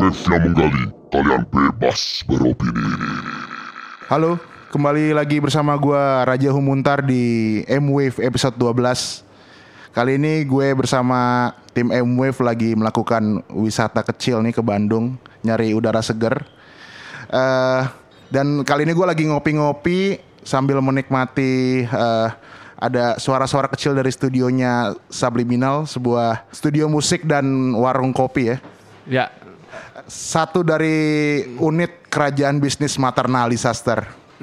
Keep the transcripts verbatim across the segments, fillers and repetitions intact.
M-Wave yang menggali, kalian bebas beropini. Halo, kembali lagi bersama gue Raja Humuntar di M-Wave episode dua belas. Kali ini gue bersama tim M-Wave lagi melakukan wisata kecil nih ke Bandung, nyari udara seger. uh, Dan kali ini gue lagi ngopi-ngopi sambil menikmati uh, ada suara-suara kecil dari studionya Subliminal, sebuah studio musik dan warung kopi ya. Ya. Satu dari unit kerajaan bisnis Maternal Disaster.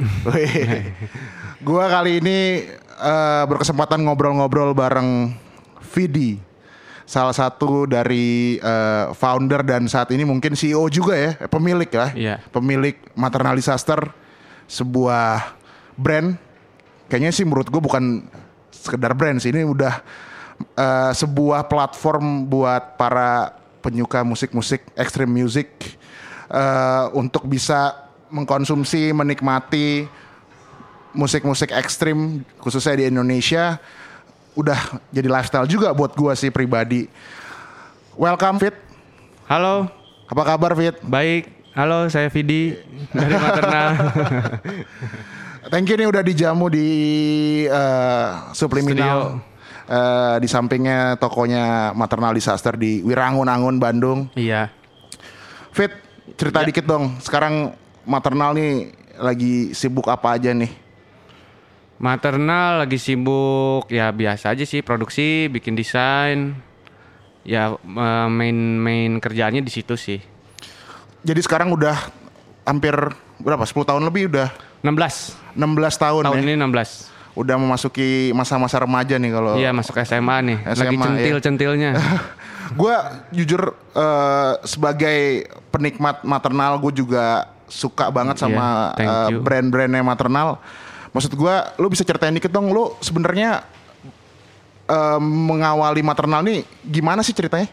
Gua kali ini uh, berkesempatan ngobrol-ngobrol bareng Vidi, salah satu dari uh, founder dan saat ini mungkin C E O juga ya, pemilik lah, ya. Pemilik Maternal Disaster, sebuah brand. Kayaknya sih menurut gue bukan sekedar brand sih, ini udah uh, sebuah platform buat para penyuka musik-musik extreme music uh, untuk bisa mengkonsumsi, menikmati musik-musik ekstrim khususnya di Indonesia. Udah jadi lifestyle juga buat gue sih pribadi. Welcome Fit. Halo. Apa kabar Fit? Baik. Halo, saya Vidi dari Maternal. Thank you nih udah dijamu di uh, Subliminal. Uh, di sampingnya tokonya Maternal Disaster di Wirangun-Angun, Bandung. Iya. Fit, cerita ya. Dikit dong. Sekarang Maternal nih lagi sibuk apa aja nih? Maternal lagi sibuk ya biasa aja sih, produksi, bikin desain. Ya main-main kerjaannya di situ sih. Jadi sekarang udah hampir berapa? sepuluh tahun lebih udah? enam belas. enam belas tahun. Tahun ya? ini enam belas. Udah memasuki masa-masa remaja nih kalau. Iya, masuk S M A nih. S M A, lagi centil-centilnya. Gue jujur uh, sebagai penikmat Maternal, gue juga suka banget sama yeah, uh, brand-brandnya Maternal. Maksud gue, lu bisa ceritain dikit dong, lu sebenarnya uh, mengawali Maternal nih gimana sih ceritanya?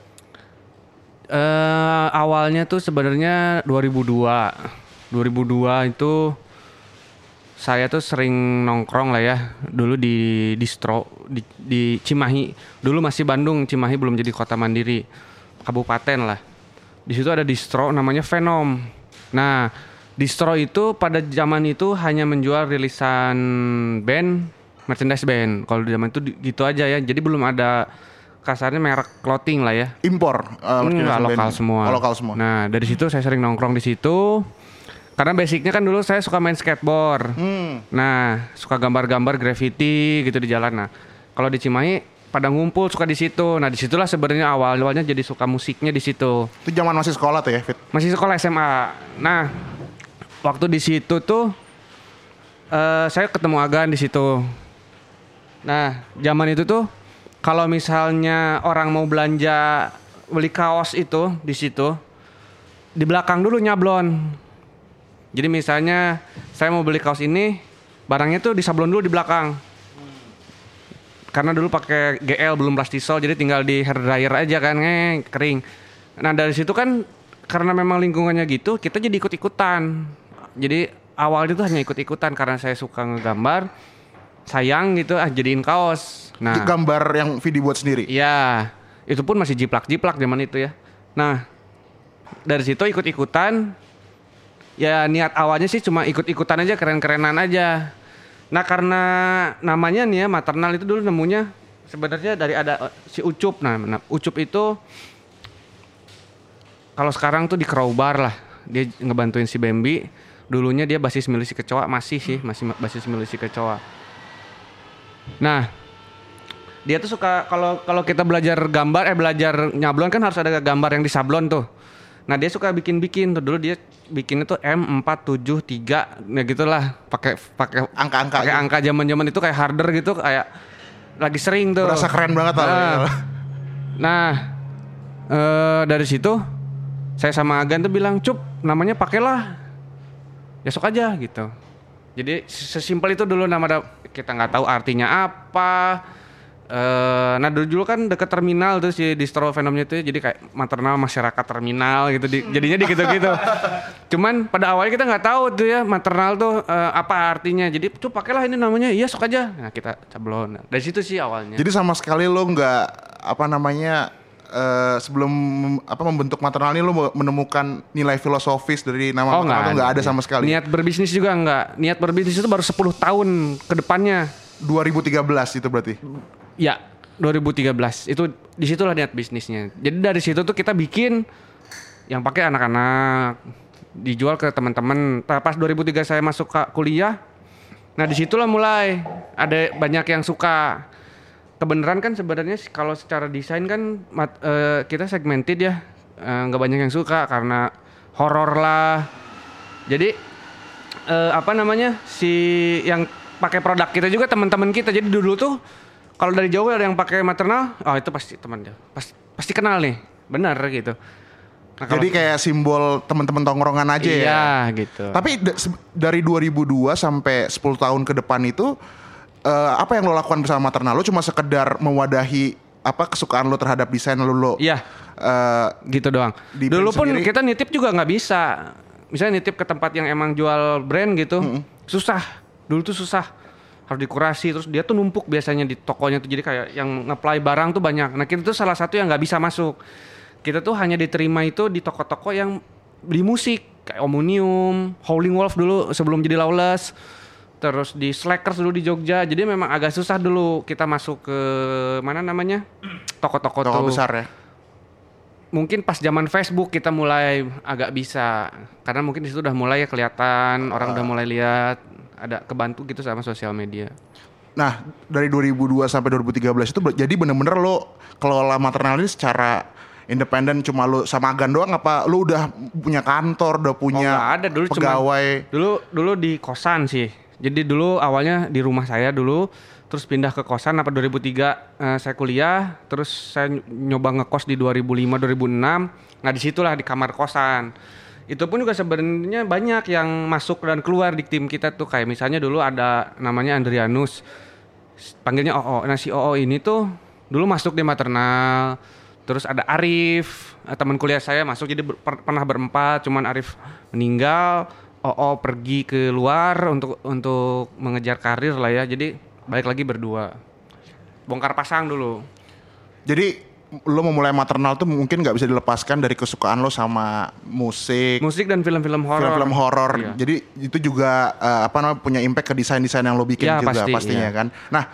Uh, awalnya tuh sebenarnya dua ribu dua. dua ribu dua itu saya tuh sering nongkrong lah ya. Dulu di distro di, di Cimahi. Dulu masih Bandung, Cimahi belum jadi kota mandiri, kabupaten lah. Di situ ada distro namanya Venom. Nah, distro itu pada zaman itu hanya menjual rilisan band, merchandise band. Kalau di zaman itu gitu aja ya. Jadi belum ada kasarnya merek clothing lah ya. Impor. Uh, Enggak, lokal semua. Oh, lokal semua. Nah, dari situ saya sering nongkrong di situ. Karena basicnya kan dulu saya suka main skateboard. Hmm. Nah, suka gambar-gambar graffiti gitu di jalan. Nah, kalau di Cimahi pada ngumpul suka di situ. Nah, disitulah sebenarnya awal-awalnya jadi suka musiknya di situ. Itu zaman masih sekolah tuh ya, Fit? Masih sekolah S M A. Nah, waktu di situ tuh uh, saya ketemu Agan di situ. Nah, zaman itu tuh kalau misalnya orang mau belanja beli kaos itu di situ, di belakang dulu nyablon. Jadi misalnya saya mau beli kaos ini, barangnya tuh disablon dulu di belakang. Karena dulu pakai G L belum plastisol, jadi tinggal di hair dryer aja kan, ngeng, kering. Nah dari situ kan karena memang lingkungannya gitu, kita jadi ikut-ikutan. Jadi awalnya tuh hanya ikut-ikutan karena saya suka ngegambar, sayang gitu ah jadiin kaos. Nah, gambar yang Vidi buat sendiri? Iya, itu pun masih jiplak-jiplak zaman itu ya. Nah dari situ ikut-ikutan. Ya niat awalnya sih cuma ikut-ikutan aja, keren-kerenan aja. Nah karena namanya nih ya Maternal itu dulu nemunya sebenarnya dari ada si Ucup. Nah, nah Ucup itu kalau sekarang tuh di Crowbar lah. Dia ngebantuin si Bambi. Dulunya dia basis milisi kecoa, masih sih, masih basis milisi kecoa. Nah, dia tuh suka kalau kalau kita belajar gambar eh belajar nyablon kan harus ada gambar yang disablon tuh. Nah dia suka bikin-bikin tuh, dulu dia bikinnya tuh M empat tujuh tiga, ya gitulah, pakai pakai angka-angka, pakai gitu. Angka zaman-zaman itu kayak harder gitu, kayak lagi sering tuh. Berasa keren banget nah, lah. Nah, ee, dari situ saya sama Agan tuh bilang, Cup, namanya pakailah, ya sok aja gitu. Jadi sesimpel itu dulu nama, kita nggak tahu artinya apa. Uh, nah dulu, dulu kan deket terminal tuh si distro Venomnya itu, jadi kayak Maternal masyarakat terminal gitu, di, jadinya di gitu-gitu. Cuman pada awalnya kita nggak tahu tuh ya Maternal tuh uh, apa artinya. Jadi tuh pakailah ini namanya, iya sok aja. Nah kita cablon. Dari situ sih awalnya. Jadi sama sekali lo nggak apa namanya uh, sebelum apa membentuk Maternal ini lu menemukan nilai filosofis dari nama Oh, Maternal atau nggak ada iya. sama sekali? Niat berbisnis juga enggak. Niat berbisnis itu baru sepuluh tahun ke depannya. dua ribu tiga belas itu berarti. Ya, dua ribu tiga belas itu disitulah niat bisnisnya. Jadi dari situ tuh kita bikin yang pakai anak-anak, dijual ke teman-teman. Nah, pas dua ribu tiga saya masuk ke kuliah, nah disitulah mulai ada banyak yang suka. Kebenaran kan sebenarnya kalau secara desain kan mat, uh, kita segmented ya, nggak uh, banyak yang suka karena horor lah. Jadi uh, apa namanya si yang pakai produk kita juga teman-teman kita. Jadi dulu tuh kalau dari jauh ada yang pakai Maternal, oh itu pasti teman dia, pasti pasti kenal nih, benar gitu. Nah, jadi kayak simbol teman-teman tongkrongan aja iya, ya. Iya gitu. Tapi d- dari dua ribu dua sampai sepuluh tahun ke depan itu uh, apa yang lo lakukan bersama Maternal? Lo cuma sekedar mewadahi apa kesukaan lo terhadap desain lo lo. Iya. Uh, gitu doang. Di Dulu pun sendiri, kita nitip juga nggak bisa. Misalnya nitip ke tempat yang emang jual brand gitu, mm-hmm. susah. Dulu tuh susah. Harus dikurasi, terus dia tuh numpuk biasanya di tokonya tuh, jadi kayak yang nge-apply barang tuh banyak. Nah kita tuh salah satu yang nggak bisa masuk. Kita tuh hanya diterima itu di toko-toko yang beli musik kayak Omnium, Howling Wolf dulu sebelum jadi Lawless, terus di Slackers dulu di Jogja. Jadi memang agak susah dulu kita masuk ke mana namanya toko-toko toko tuh besar ya. Mungkin pas zaman Facebook kita mulai agak bisa, karena mungkin di situ udah mulai ya kelihatan, orang uh. udah mulai lihat, ada kebantu gitu sama sosial media. Nah dari dua ribu dua sampai dua ribu tiga belas itu ber- jadi bener-bener lo kelola Maternal ini secara independen, cuma lu sama agan doang apa lu udah punya kantor, udah punya oh, ada, dulu pegawai? Cuman, dulu dulu di kosan sih. Jadi dulu awalnya di rumah saya dulu, terus pindah ke kosan apa dua ribu tiga eh, saya kuliah, terus saya nyoba ngekos di dua ribu lima dua ribu enam. Nah, disitulah di kamar kosan. Itu pun juga sebenarnya banyak yang masuk dan keluar di tim kita tuh, kayak misalnya dulu ada namanya Andrianus. Panggilnya O O. Nah, si O O ini tuh dulu masuk di Maternal. Terus ada Arif, teman kuliah saya masuk, jadi ber, pernah berempat, cuman Arif meninggal, O O pergi keluar untuk untuk mengejar karir lah ya, jadi balik lagi berdua, bongkar pasang dulu. Jadi lo memulai Maternal tuh mungkin nggak bisa dilepaskan dari kesukaan lo sama musik, musik dan film-film horor. Film-film horor. Iya. Jadi itu juga uh, apa namanya punya impact ke desain-desain yang lo bikin ya, juga pasti, pastinya iya. kan. Nah.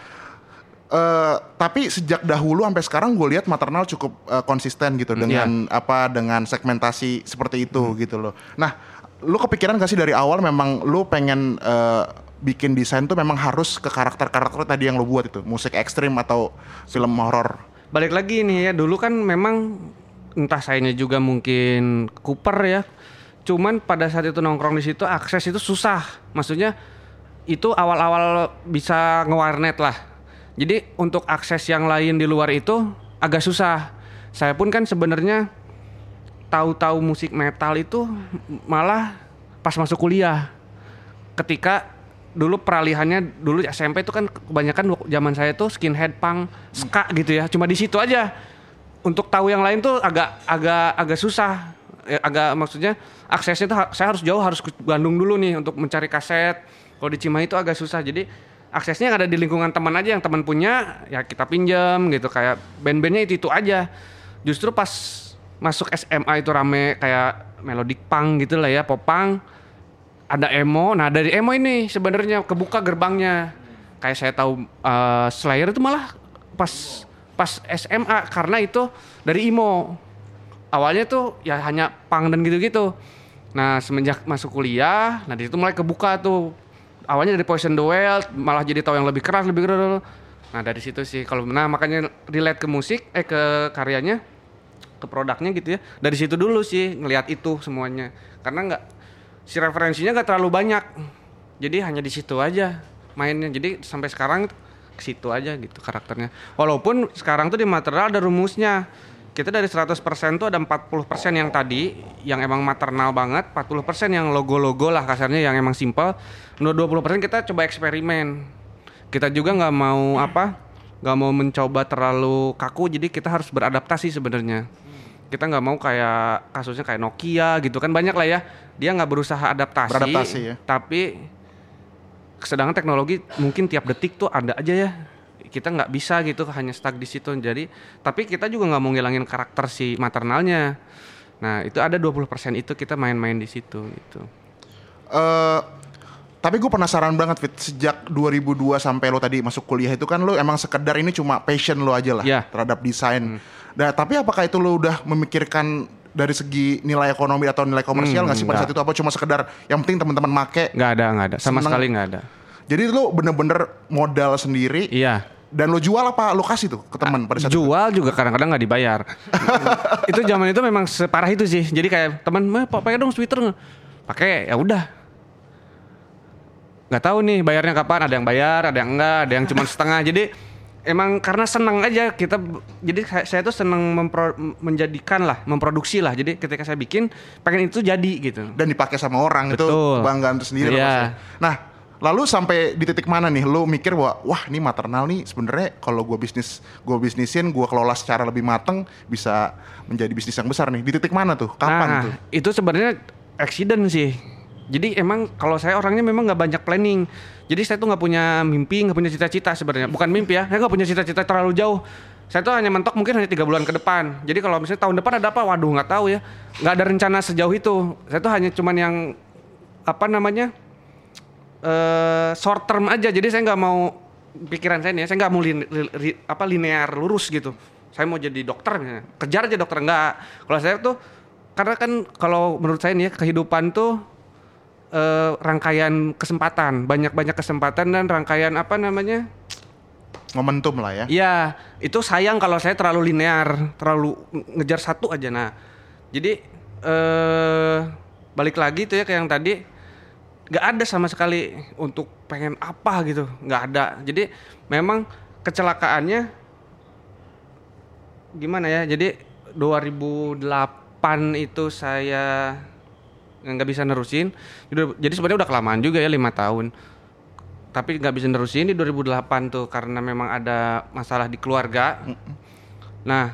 Uh, tapi sejak dahulu sampai sekarang gue lihat Maternal cukup uh, konsisten gitu mm, dengan yeah. apa dengan segmentasi seperti itu mm. gitu loh. Nah, lu kepikiran gak sih dari awal memang lu pengen uh, bikin desain tuh memang harus ke karakter-karakter tadi yang lu buat itu, musik ekstrim atau film horor? Balik lagi nih ya, dulu kan memang entah sayanya juga mungkin Cooper ya. Cuman pada saat itu nongkrong di situ akses itu susah. Maksudnya itu awal-awal bisa ngewarnet lah. Jadi untuk akses yang lain di luar itu agak susah. Saya pun kan sebenarnya tahu-tahu musik metal itu malah pas masuk kuliah. Ketika dulu peralihannya dulu S M P itu kan kebanyakan zaman saya tuh skinhead punk, ska gitu ya. Cuma di situ aja. Untuk tahu yang lain tuh agak agak agak susah. Ya, agak maksudnya aksesnya tuh saya harus jauh, harus ke Bandung dulu nih untuk mencari kaset. Kalau di Cimahi itu agak susah. Jadi aksesnya ada di lingkungan teman aja, yang teman punya ya kita pinjam gitu, kayak band-bandnya itu itu aja. Justru pas masuk S M A itu rame kayak melodic punk gitu lah ya, pop punk, ada emo. Nah dari emo ini sebenarnya kebuka gerbangnya. Kayak saya tahu uh, Slayer itu malah pas pas S M A, karena itu dari emo. Awalnya tuh ya hanya punk dan gitu-gitu. Nah semenjak masuk kuliah, nah di situ mulai kebuka tuh. Awalnya dari Poison the Well, malah jadi tahu yang lebih keras, lebih keras. Nah dari situ sih, kalau nah makanya relate ke musik, eh ke karyanya, ke produknya gitu ya. Dari situ dulu sih ngelihat itu semuanya, karena nggak si referensinya nggak terlalu banyak, jadi hanya di situ aja mainnya. Jadi sampai sekarang ke situ aja gitu karakternya. Walaupun sekarang tuh di Maternal ada rumusnya. Kita dari seratus persen tuh ada empat puluh persen yang tadi yang emang maternal banget, empat puluh persen yang logo-logo lah kasarnya yang emang simple. dua puluh persen kita coba eksperimen. Kita juga nggak mau apa, nggak mau mencoba terlalu kaku, jadi kita harus beradaptasi sebenarnya. Kita nggak mau kayak kasusnya kayak Nokia gitu kan, banyak lah ya. Dia nggak berusaha adaptasi, beradaptasi ya. Tapi sedangkan teknologi mungkin tiap detik tuh ada aja ya kita nggak bisa gitu hanya stuck di situ. Jadi tapi kita juga nggak mau ngilangin karakter si maternalnya. Nah itu ada dua puluh persen itu kita main-main di situ gitu. Uh, tapi gue penasaran banget Fit, sejak dua ribu dua sampai lo tadi masuk kuliah itu kan lo emang sekedar ini cuma passion lo aja lah yeah. terhadap desain. Hmm. Nah tapi apakah itu lo udah memikirkan dari segi nilai ekonomi atau nilai komersial nggak hmm, sih pada saat itu, apa cuma sekedar yang penting teman-teman make? Nggak ada, nggak ada, sama seneng. sekali nggak ada. Jadi lo bener-bener modal sendiri. Iya. Dan lo jual apa lo kasih tuh ke teman pada saat jual itu? juga kadang-kadang nggak dibayar. Itu zaman itu memang separah itu sih. Jadi kayak teman, mah pakai dong sweater nggak? Pakai, ya udah. Nggak tahu nih bayarnya kapan. Ada yang bayar, ada yang enggak, ada yang cuma setengah. Jadi emang karena senang aja kita. Jadi saya, saya tuh senang mempro, menjadikan lah, memproduksi lah. Jadi ketika saya bikin, pengen itu jadi gitu. Dan dipakai sama orang. Betul. Itu kebanggaan tersendiri. Iya. Nah. Lalu sampai di titik mana nih lo mikir bahwa wah ini maternal nih sebenarnya kalau gue bisnis gue bisnisin gue kelola secara lebih mateng bisa menjadi bisnis yang besar nih. Di titik mana tuh? Kapan nah, tuh? Itu sebenarnya accident sih. Jadi emang kalau saya orangnya memang nggak banyak planning. Jadi saya tuh nggak punya mimpi, nggak punya cita-cita sebenarnya. Bukan mimpi ya, saya nggak punya cita-cita terlalu jauh. Saya tuh hanya mentok mungkin hanya tiga bulan ke depan. Jadi kalau misalnya tahun depan ada apa, waduh nggak tahu ya. Nggak ada rencana sejauh itu. Saya tuh hanya cuman yang apa namanya? Uh, short term aja, jadi saya nggak mau pikiran saya nih, ya, saya nggak mau lin, li, apa linear lurus gitu. Saya mau jadi dokter, misalnya. Kejar aja dokter nggak. Kalau saya tuh, karena kan kalau menurut saya nih ya, kehidupan tuh uh, rangkaian kesempatan, banyak-banyak kesempatan dan rangkaian apa namanya? Momentum lah ya. Iya, itu sayang kalau saya terlalu linear, terlalu ngejar satu aja. Nah, jadi uh, balik lagi tuh ya ke yang tadi. Gak ada sama sekali untuk pengen apa gitu, gak ada. Jadi memang kecelakaannya gimana ya, jadi dua ribu delapan itu saya gak bisa nerusin. Jadi sebenarnya udah kelamaan juga ya, lima tahun. Tapi gak bisa nerusin di dua ribu delapan tuh karena memang ada masalah di keluarga. Nah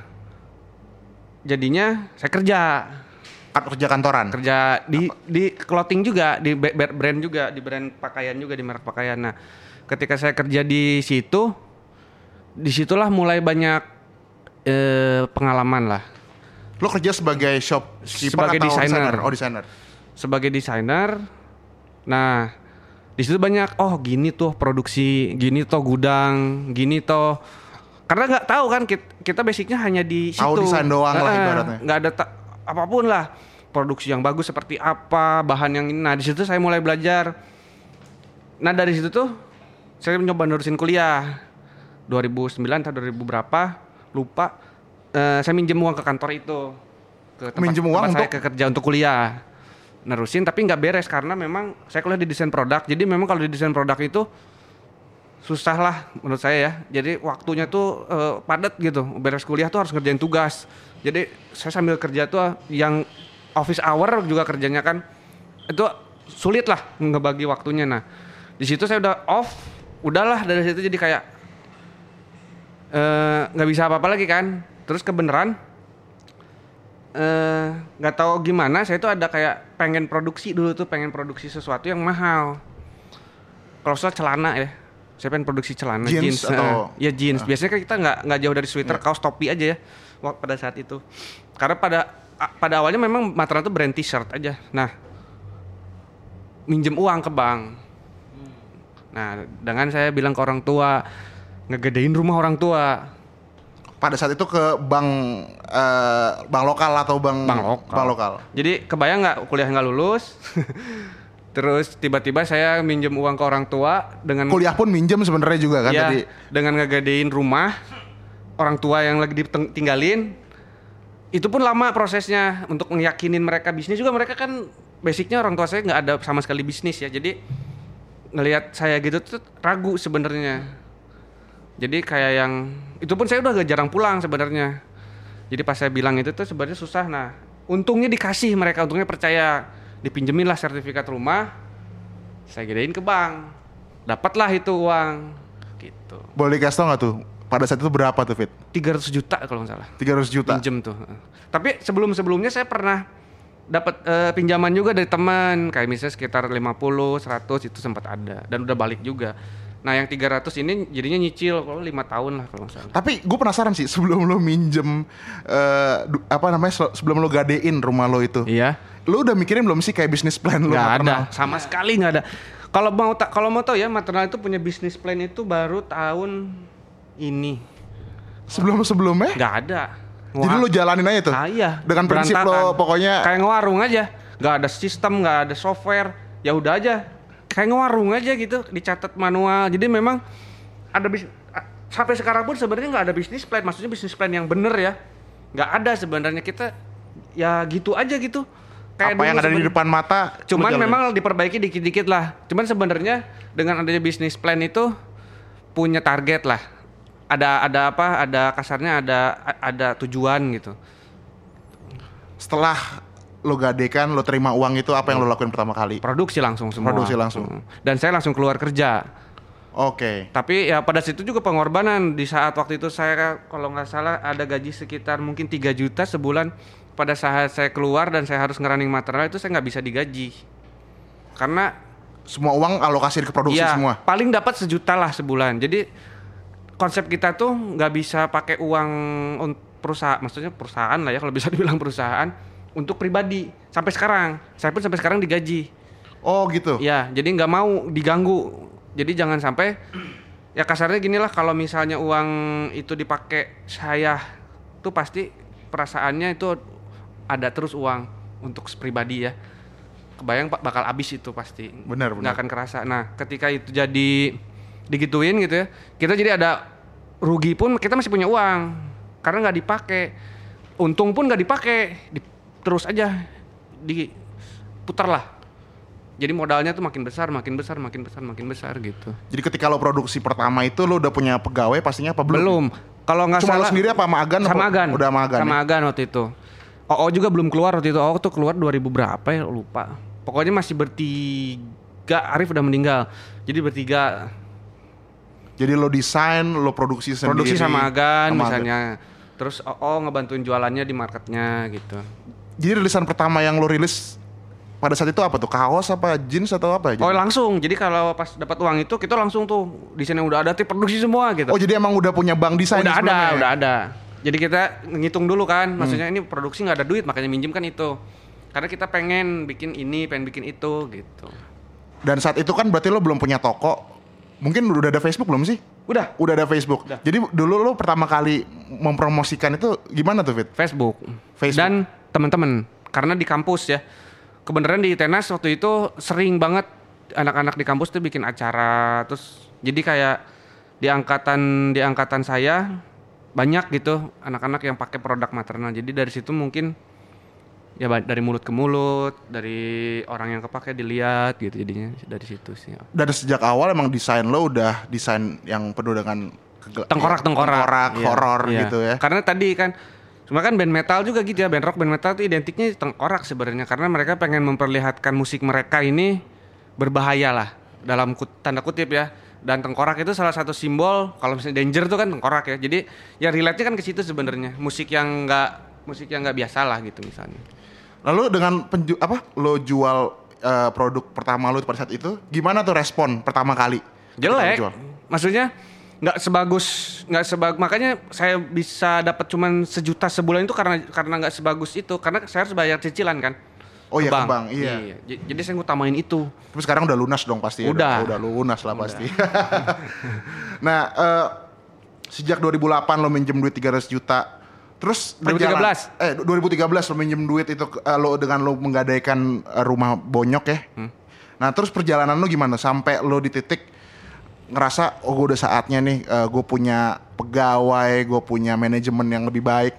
jadinya saya kerja. Kerja kantoran, kerja di apa? Di clothing juga, di brand juga, di brand pakaian juga, di merek pakaian. Nah, ketika saya kerja di situ, disitulah mulai banyak eh, pengalaman lah. Lo kerja sebagai shopkeeper sebagai atau desainer? designer? Oh desainer. Sebagai desainer. Nah, di situ banyak. Oh gini tuh produksi, gini tuh gudang, gini tuh. Karena nggak tahu kan kita, kita basicnya hanya di situ. Tahu desain doang nah, lah ibaratnya. Nggak ada ta- apapun lah, produksi yang bagus seperti apa, bahan yang ini. Nah di situ saya mulai belajar. Nah dari situ tuh saya mencoba nerusin kuliah dua ribu sembilan atau dua ribu berapa lupa. Uh, saya minjem uang ke kantor itu, ke tempat, minjem uang tempat untuk saya kerja untuk kuliah, nerusin tapi nggak beres karena memang saya kuliah di desain produk. Jadi memang kalau di desain produk itu susah lah menurut saya ya. Jadi waktunya tuh uh, padat gitu. Beres kuliah tuh harus ngerjain tugas. Jadi saya sambil kerja tuh yang office hour juga kerjanya kan itu sulit lah ngebagi waktunya. Nah di situ saya udah off, udahlah dari situ jadi kayak nggak uh, bisa apa-apa lagi kan. Terus kebenaran nggak uh, tahu gimana saya tuh ada kayak pengen produksi dulu tuh pengen produksi sesuatu yang mahal. Kalau soal celana ya. Saya pengen produksi celana jeans, jeans atau uh, ya jeans. uh. Biasanya kan kita nggak nggak jauh dari sweater, yeah. Kaos, topi aja ya pada saat itu. Karena pada pada awalnya memang Maternal itu brand t-shirt aja. Nah, minjem uang ke bank. Nah, dengan saya bilang ke orang tua, ngegedein rumah orang tua. Pada saat itu ke bank uh, bank lokal atau bank bank lokal. Bank lokal. Jadi kebayang nggak kuliah nggak lulus? Terus tiba-tiba saya minjem uang ke orang tua dengan kuliah pun minjem sebenarnya juga kan ya, tadi. Dengan ngegadein rumah orang tua yang lagi ditinggalin. Itu pun lama prosesnya untuk ngeyakinin mereka bisnis juga. Mereka kan basicnya orang tua saya nggak ada sama sekali bisnis ya. Jadi ngelihat saya gitu tuh ragu sebenarnya. Jadi kayak yang itu pun saya udah gak jarang pulang sebenarnya. Jadi pas saya bilang itu tuh sebenarnya susah. Nah untungnya dikasih mereka, untungnya percaya. Dipinjemin lah sertifikat rumah, saya gedein ke bank, dapatlah itu uang, gitu. Boleh kasih tau nggak tuh pada saat itu berapa tuh Fit? tiga ratus juta kalau nggak salah. tiga ratus juta. Pinjem tuh. Tapi sebelum sebelumnya saya pernah dapat uh, pinjaman juga dari teman, kayak misalnya sekitar lima puluh, seratus itu sempat ada dan udah balik juga. Nah yang tiga ratus ini jadinya nyicil kalau lima tahun lah kalau nggak salah. Tapi gue penasaran sih sebelum lo minjem uh, du- apa namanya se- sebelum lo gadein rumah lo itu. Iya. Lo udah mikirin belum sih kayak bisnis plan lo? Nggak ada, maternal? sama sekali nggak ada. Kalau mau tak kalau mau tahu ya maternal itu punya bisnis plan itu baru tahun ini. Sebelum sebelumnya? Nggak ada. Jadi lo jalanin aja tuh. Ah, iya. Dengan prinsip Berantakan. lo pokoknya Kayak ngewarung aja. Nggak ada sistem, nggak ada software. Ya udah aja. Kayak ngewarung aja gitu, dicatat manual. Jadi memang ada bis, sampai sekarang pun sebenarnya nggak ada bisnis plan. Maksudnya bisnis plan yang bener ya. Nggak ada sebenarnya, kita ya gitu aja gitu. Kayak apa yang ada di sebenernya. depan mata. Cuman lo jalanin. memang diperbaiki dikit-dikit lah. Cuman sebenarnya dengan adanya bisnis plan itu punya target lah. Ada ada apa? Ada kasarnya ada ada tujuan gitu. Setelah lo gadekan, lo terima uang itu, apa yang lo lakuin pertama kali? Produksi langsung semua. Produksi langsung. Hmm. Dan saya langsung keluar kerja. Oke. Tapi ya pada situ juga pengorbanan. Di saat waktu itu saya kalau nggak salah ada gaji sekitar mungkin tiga juta sebulan. Pada saat saya keluar dan saya harus ngerunning maternal itu saya nggak bisa digaji. Karena Semua uang alokasi ke produksi ya, semua. paling dapat sejuta lah sebulan. Jadi konsep kita tuh nggak bisa pakai uang un- perusahaan, maksudnya perusahaan lah ya kalau bisa dibilang perusahaan untuk pribadi. Sampai sekarang, saya pun sampai sekarang digaji. Oh gitu. Ya, jadi nggak mau diganggu. Jadi jangan sampai ya kasarnya gini lah, kalau misalnya uang itu dipakai saya tuh pasti perasaannya itu ada terus uang untuk pribadi ya. Kebayang Pak bakal habis itu pasti. Benar, benar. Nggak akan kerasa. Nah, ketika itu jadi digituin gitu ya, kita jadi ada rugi pun kita masih punya uang karena nggak dipakai. Untung pun nggak dipakai, di, terus aja diputar lah. Jadi modalnya tuh makin besar, makin besar, makin besar, makin besar gitu. Jadi ketika lo produksi pertama itu lo udah punya pegawai pastinya apa belum? Belum. Kalau nggak Cuma salah lo sendiri apa sama Agan? sama apa? Agan. Udah sama Agan. Sama ya? Agan waktu itu. O O juga belum keluar waktu itu. O O tuh keluar dua ribu berapa ya lupa. Pokoknya masih bertiga. Arif udah meninggal. Jadi bertiga. Jadi lo desain, lo produksi sendiri. Produksi sama Agan sama misalnya. Terus O O ngebantuin jualannya di marketnya gitu. Jadi rilisan pertama yang lo rilis pada saat itu apa tuh? Kaos apa jeans atau apa? Oh langsung. Jadi kalau pas dapat uang itu kita langsung tuh desainnya udah ada, tim produksi semua gitu. Oh jadi emang udah punya bank desain udah ada, sebelumnya ya? udah ada. Jadi kita ngitung dulu kan, maksudnya ini produksi nggak ada duit makanya minjem kan itu. Karena kita pengen bikin ini, pengen bikin itu gitu. Dan saat itu kan berarti lo belum punya toko. Mungkin udah ada Facebook belum sih? Udah. Udah ada Facebook. Udah. Jadi dulu lo pertama kali mempromosikan itu gimana tuh Fit? Facebook. Facebook. Dan teman-teman, karena di kampus ya. Kebenaran di Tenas waktu itu sering banget anak-anak di kampus tuh bikin acara, terus jadi kayak di angkatan di angkatan saya banyak gitu anak-anak yang pakai produk maternal. Jadi dari situ mungkin ya dari mulut ke mulut, dari orang yang kepake dilihat gitu, jadinya dari situ sih. Dari sejak awal emang desain lo udah desain yang penuh dengan kegel- Tengkorak-tengkorak, tengkorak, Iya, horor iya. gitu ya. Karena tadi kan cuma kan band metal juga gitu ya, band rock, band metal itu identiknya tengkorak sebenarnya, karena mereka pengen memperlihatkan musik mereka ini berbahaya lah dalam kut- tanda kutip ya. Dan tengkorak itu salah satu simbol, kalau misalnya danger tuh kan tengkorak ya. Jadi ya relate-nya kan ke situ sebenarnya. Musik yang enggak musik yang enggak biasa lah gitu misalnya. Lalu dengan penju- apa lo jual eh, produk pertama lo pada saat itu, gimana tuh respon pertama kali? ketika lo Jelek. jual? Maksudnya nggak sebagus nggak sebag makanya saya bisa dapat cuman sejuta sebulan itu karena karena nggak sebagus itu, karena saya harus bayar cicilan kan. Oh iya, Ke ke bank, iya. J- Jadi saya ngutamain itu. Tapi sekarang udah lunas dong pasti. ya? Udah. Udah, udah lunas lah pasti. Nah, eh, sejak dua ribu delapan lo minjem duit tiga ratus juta. Terus dua ribu tiga belas. berjalan- eh dua ribu tiga belas lo minjem duit itu eh, lo dengan lo menggadaikan eh, rumah bonyok ya. Hmm. Nah, terus perjalanan lo gimana sampai lo di titik ngerasa oh gue udah saatnya nih eh, gue punya pegawai, gue punya manajemen yang lebih baik.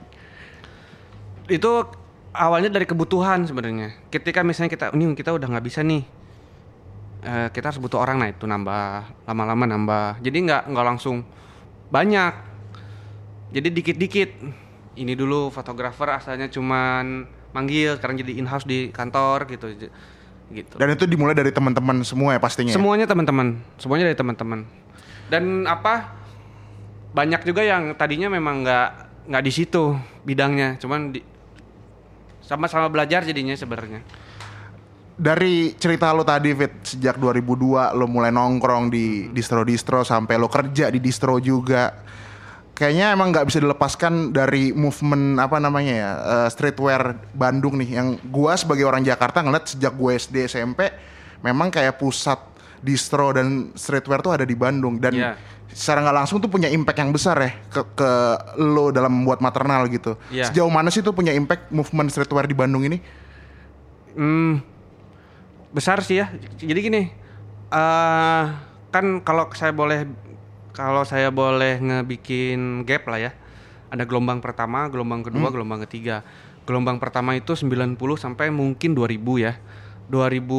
Itu awalnya dari kebutuhan sebenarnya. Ketika misalnya kita ini kita udah nggak bisa nih, eh, kita harus butuh orang, nah itu nambah lama-lama nambah. Jadi nggak nggak langsung banyak. Jadi dikit-dikit. Ini dulu fotografer asalnya cuman manggil, sekarang jadi in house di kantor gitu. Gitu. Dan itu dimulai dari teman-teman semua ya pastinya. ya? Semuanya teman-teman, semuanya dari teman-teman. Dan apa? Banyak juga yang tadinya memang nggak nggak di situ bidangnya, cuman di, sama-sama belajar jadinya sebenarnya. dari cerita lo tadi Fit, sejak dua ribu dua lo mulai nongkrong di distro-distro sampai lo kerja di distro juga. Kayaknya emang nggak bisa dilepaskan dari movement apa namanya ya, uh, streetwear Bandung nih, yang gua sebagai orang Jakarta ngeliat sejak gue S D S M P memang kayak pusat distro dan streetwear tuh ada di Bandung, dan yeah. secara nggak langsung tuh punya impact yang besar ya ke, ke lo dalam membuat maternal gitu. Yeah. Sejauh mana sih tuh punya impact movement streetwear di Bandung ini? Hmm, besar sih ya. Jadi gini, uh, kan kalau saya boleh kalau saya boleh ngebikin gap lah ya. Ada gelombang pertama, gelombang kedua, hmm. gelombang ketiga. Gelombang pertama itu sembilan puluh sampai mungkin dua ribu ya. dua ribu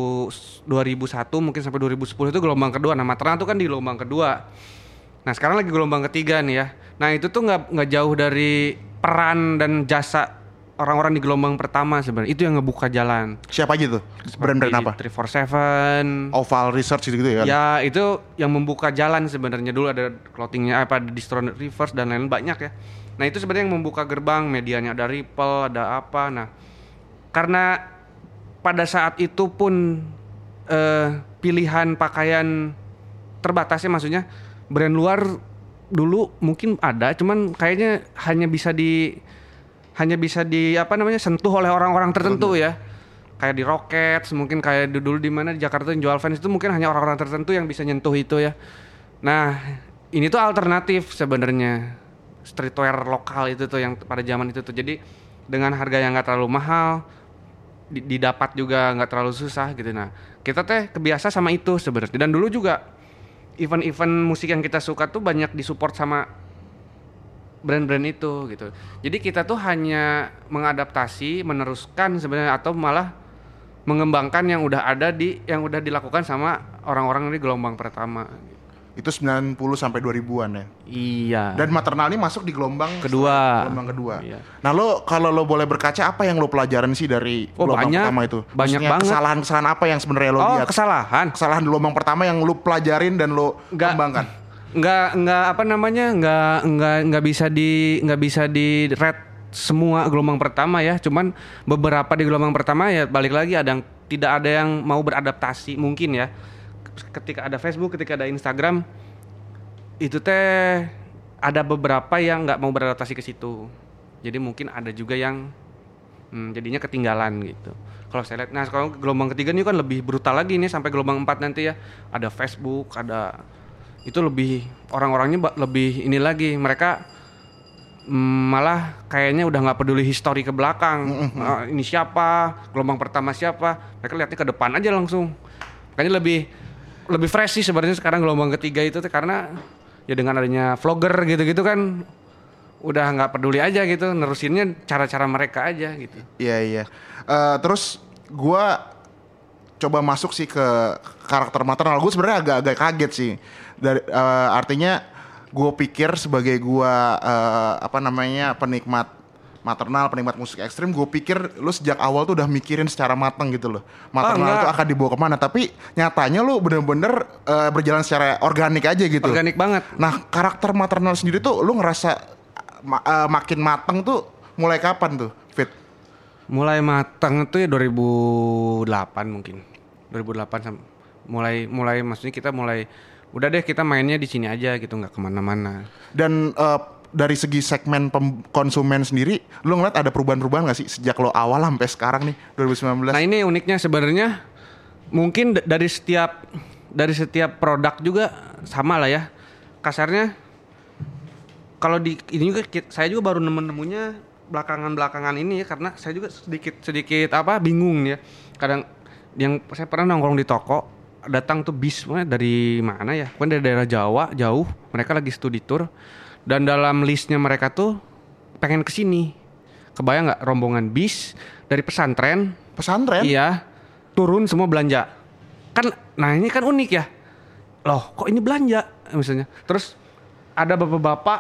dua ribu satu mungkin sampai dua ribu sepuluh itu gelombang kedua. Nah, maternal itu kan di gelombang kedua. Nah, sekarang lagi gelombang ketiga nih ya. Nah, itu tuh nggak nggak jauh dari peran dan jasa orang-orang di gelombang pertama sebenarnya. Itu yang ngebuka jalan. Siapa aja tuh? Brand-brand apa? tiga empat tujuh. Oval Research gitu ya kan? Ya, itu yang membuka jalan sebenarnya. Dulu ada clothingnya apa, ada distro Reverse dan lain-lain banyak ya. Nah, itu sebenarnya yang membuka gerbang. Medianya ada Ripple, ada apa. Nah, karena pada saat itu pun eh, pilihan pakaian terbatas ya, maksudnya brand luar dulu mungkin ada, cuman kayaknya hanya bisa di hanya bisa di apa namanya sentuh oleh orang-orang tertentu ya, kayak di Rockets, mungkin kayak dulu di mana di Jakarta yang jual fans itu mungkin hanya orang-orang tertentu yang bisa nyentuh itu ya. Nah, ini tuh alternatif sebenarnya streetwear lokal itu tuh yang pada zaman itu tuh. Jadi dengan harga yang nggak terlalu mahal, didapat juga nggak terlalu susah gitu. Nah, kita teh kebiasa sama itu sebenarnya. Dan dulu juga event-event musik yang kita suka tuh banyak disupport sama brand-brand itu gitu. Jadi kita tuh hanya mengadaptasi, meneruskan sebenarnya, atau malah mengembangkan yang udah ada di yang udah dilakukan sama orang-orang di gelombang pertama. Itu sembilan puluh sampai dua ribuan ya. Iya. Dan maternal ini masuk di gelombang kedua. Gelombang kedua. Iya. Nah, lo kalau lo boleh berkaca, apa yang lo pelajaran sih dari oh, gelombang banyak, pertama itu? Banyak Maksudnya banget. Kesalahan-kesalahan apa yang sebenarnya lo oh, lihat? Oh, kesalahan. Kesalahan di gelombang pertama yang lo pelajarin dan lo Nggak, kembangkan. Nggak nggak apa namanya? Nggak nggak nggak bisa di nggak bisa di rate semua gelombang pertama ya. Cuman beberapa di gelombang pertama ya balik lagi ada yang tidak ada yang mau beradaptasi mungkin ya. Ketika ada Facebook, ketika ada Instagram, itu teh ada beberapa yang nggak mau beradaptasi ke situ. Jadi mungkin ada juga yang hmm, jadinya ketinggalan gitu. Kalau saya lihat, nah kalau gelombang ketiga ini kan lebih brutal lagi nih sampai gelombang empat nanti ya. Ada Facebook, ada itu lebih orang-orangnya lebih ini lagi, mereka mm, malah kayaknya udah nggak peduli histori ke belakang. Mm-hmm. uh, ini siapa, gelombang pertama siapa, mereka lihatnya ke depan aja langsung. Makanya lebih lebih fresh sih sebenarnya sekarang gelombang ketiga itu karena ya dengan adanya vlogger gitu-gitu kan udah nggak peduli aja gitu, nerusinnya cara-cara mereka aja gitu. Iya iya. Uh, terus gua coba masuk sih ke karakter maternal. Gue sebenarnya agak-agak kaget sih. Dari uh, artinya gue pikir sebagai gue uh, apa namanya penikmat maternal, penikmat musik ekstrim, gue pikir lu sejak awal tuh udah mikirin secara matang gitu loh. Maternal itu oh, akan dibawa kemana, tapi nyatanya lu bener-bener uh, berjalan secara organik aja gitu. Organik banget. Nah, karakter maternal sendiri tuh lu ngerasa ma- uh, makin matang tuh mulai kapan tuh, Fit? Mulai matang tuh ya dua ribu delapan mungkin. dua ribu delapan sam- mulai mulai maksudnya kita mulai udah deh kita mainnya di sini aja gitu, nggak kemana-mana. Dan uh, dari segi segmen pem- konsumen sendiri, lo ngeliat ada perubahan-perubahan nggak sih sejak lo awal sampai sekarang nih dua ribu sembilan belas? Nah ini uniknya sebenarnya mungkin d- dari setiap dari setiap produk juga sama lah ya. Kasarnya kalau di ini juga saya juga baru nemu-nemunya belakangan-belakangan ini ya, karena saya juga sedikit sedikit apa bingung ya. Kadang yang saya pernah nongkrong di toko, datang tuh bis dari mana ya? Bukan dari daerah Jawa, jauh. Mereka lagi studi tour dan dalam listnya mereka tuh pengen kesini. Kebayang nggak rombongan bis dari pesantren? Pesantren? Iya, turun semua belanja. Kan, nah ini kan unik ya. Loh, kok ini belanja misalnya? Terus ada bapak-bapak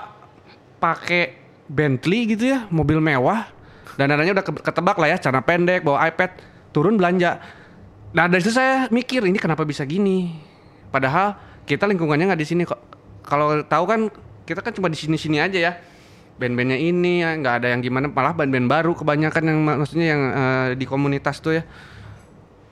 pakai Bentley gitu ya, mobil mewah, dan dananya udah ketebak lah ya, celana pendek, bawa iPad, turun belanja. Nah dari situ saya mikir ini kenapa bisa gini? Padahal kita lingkungannya nggak di sini kok. Kalau tahu kan kita kan cuma di sini-sini aja ya. Band-bandnya ini nggak ada yang gimana, malah band-band baru kebanyakan yang maksudnya yang uh, di komunitas tuh ya.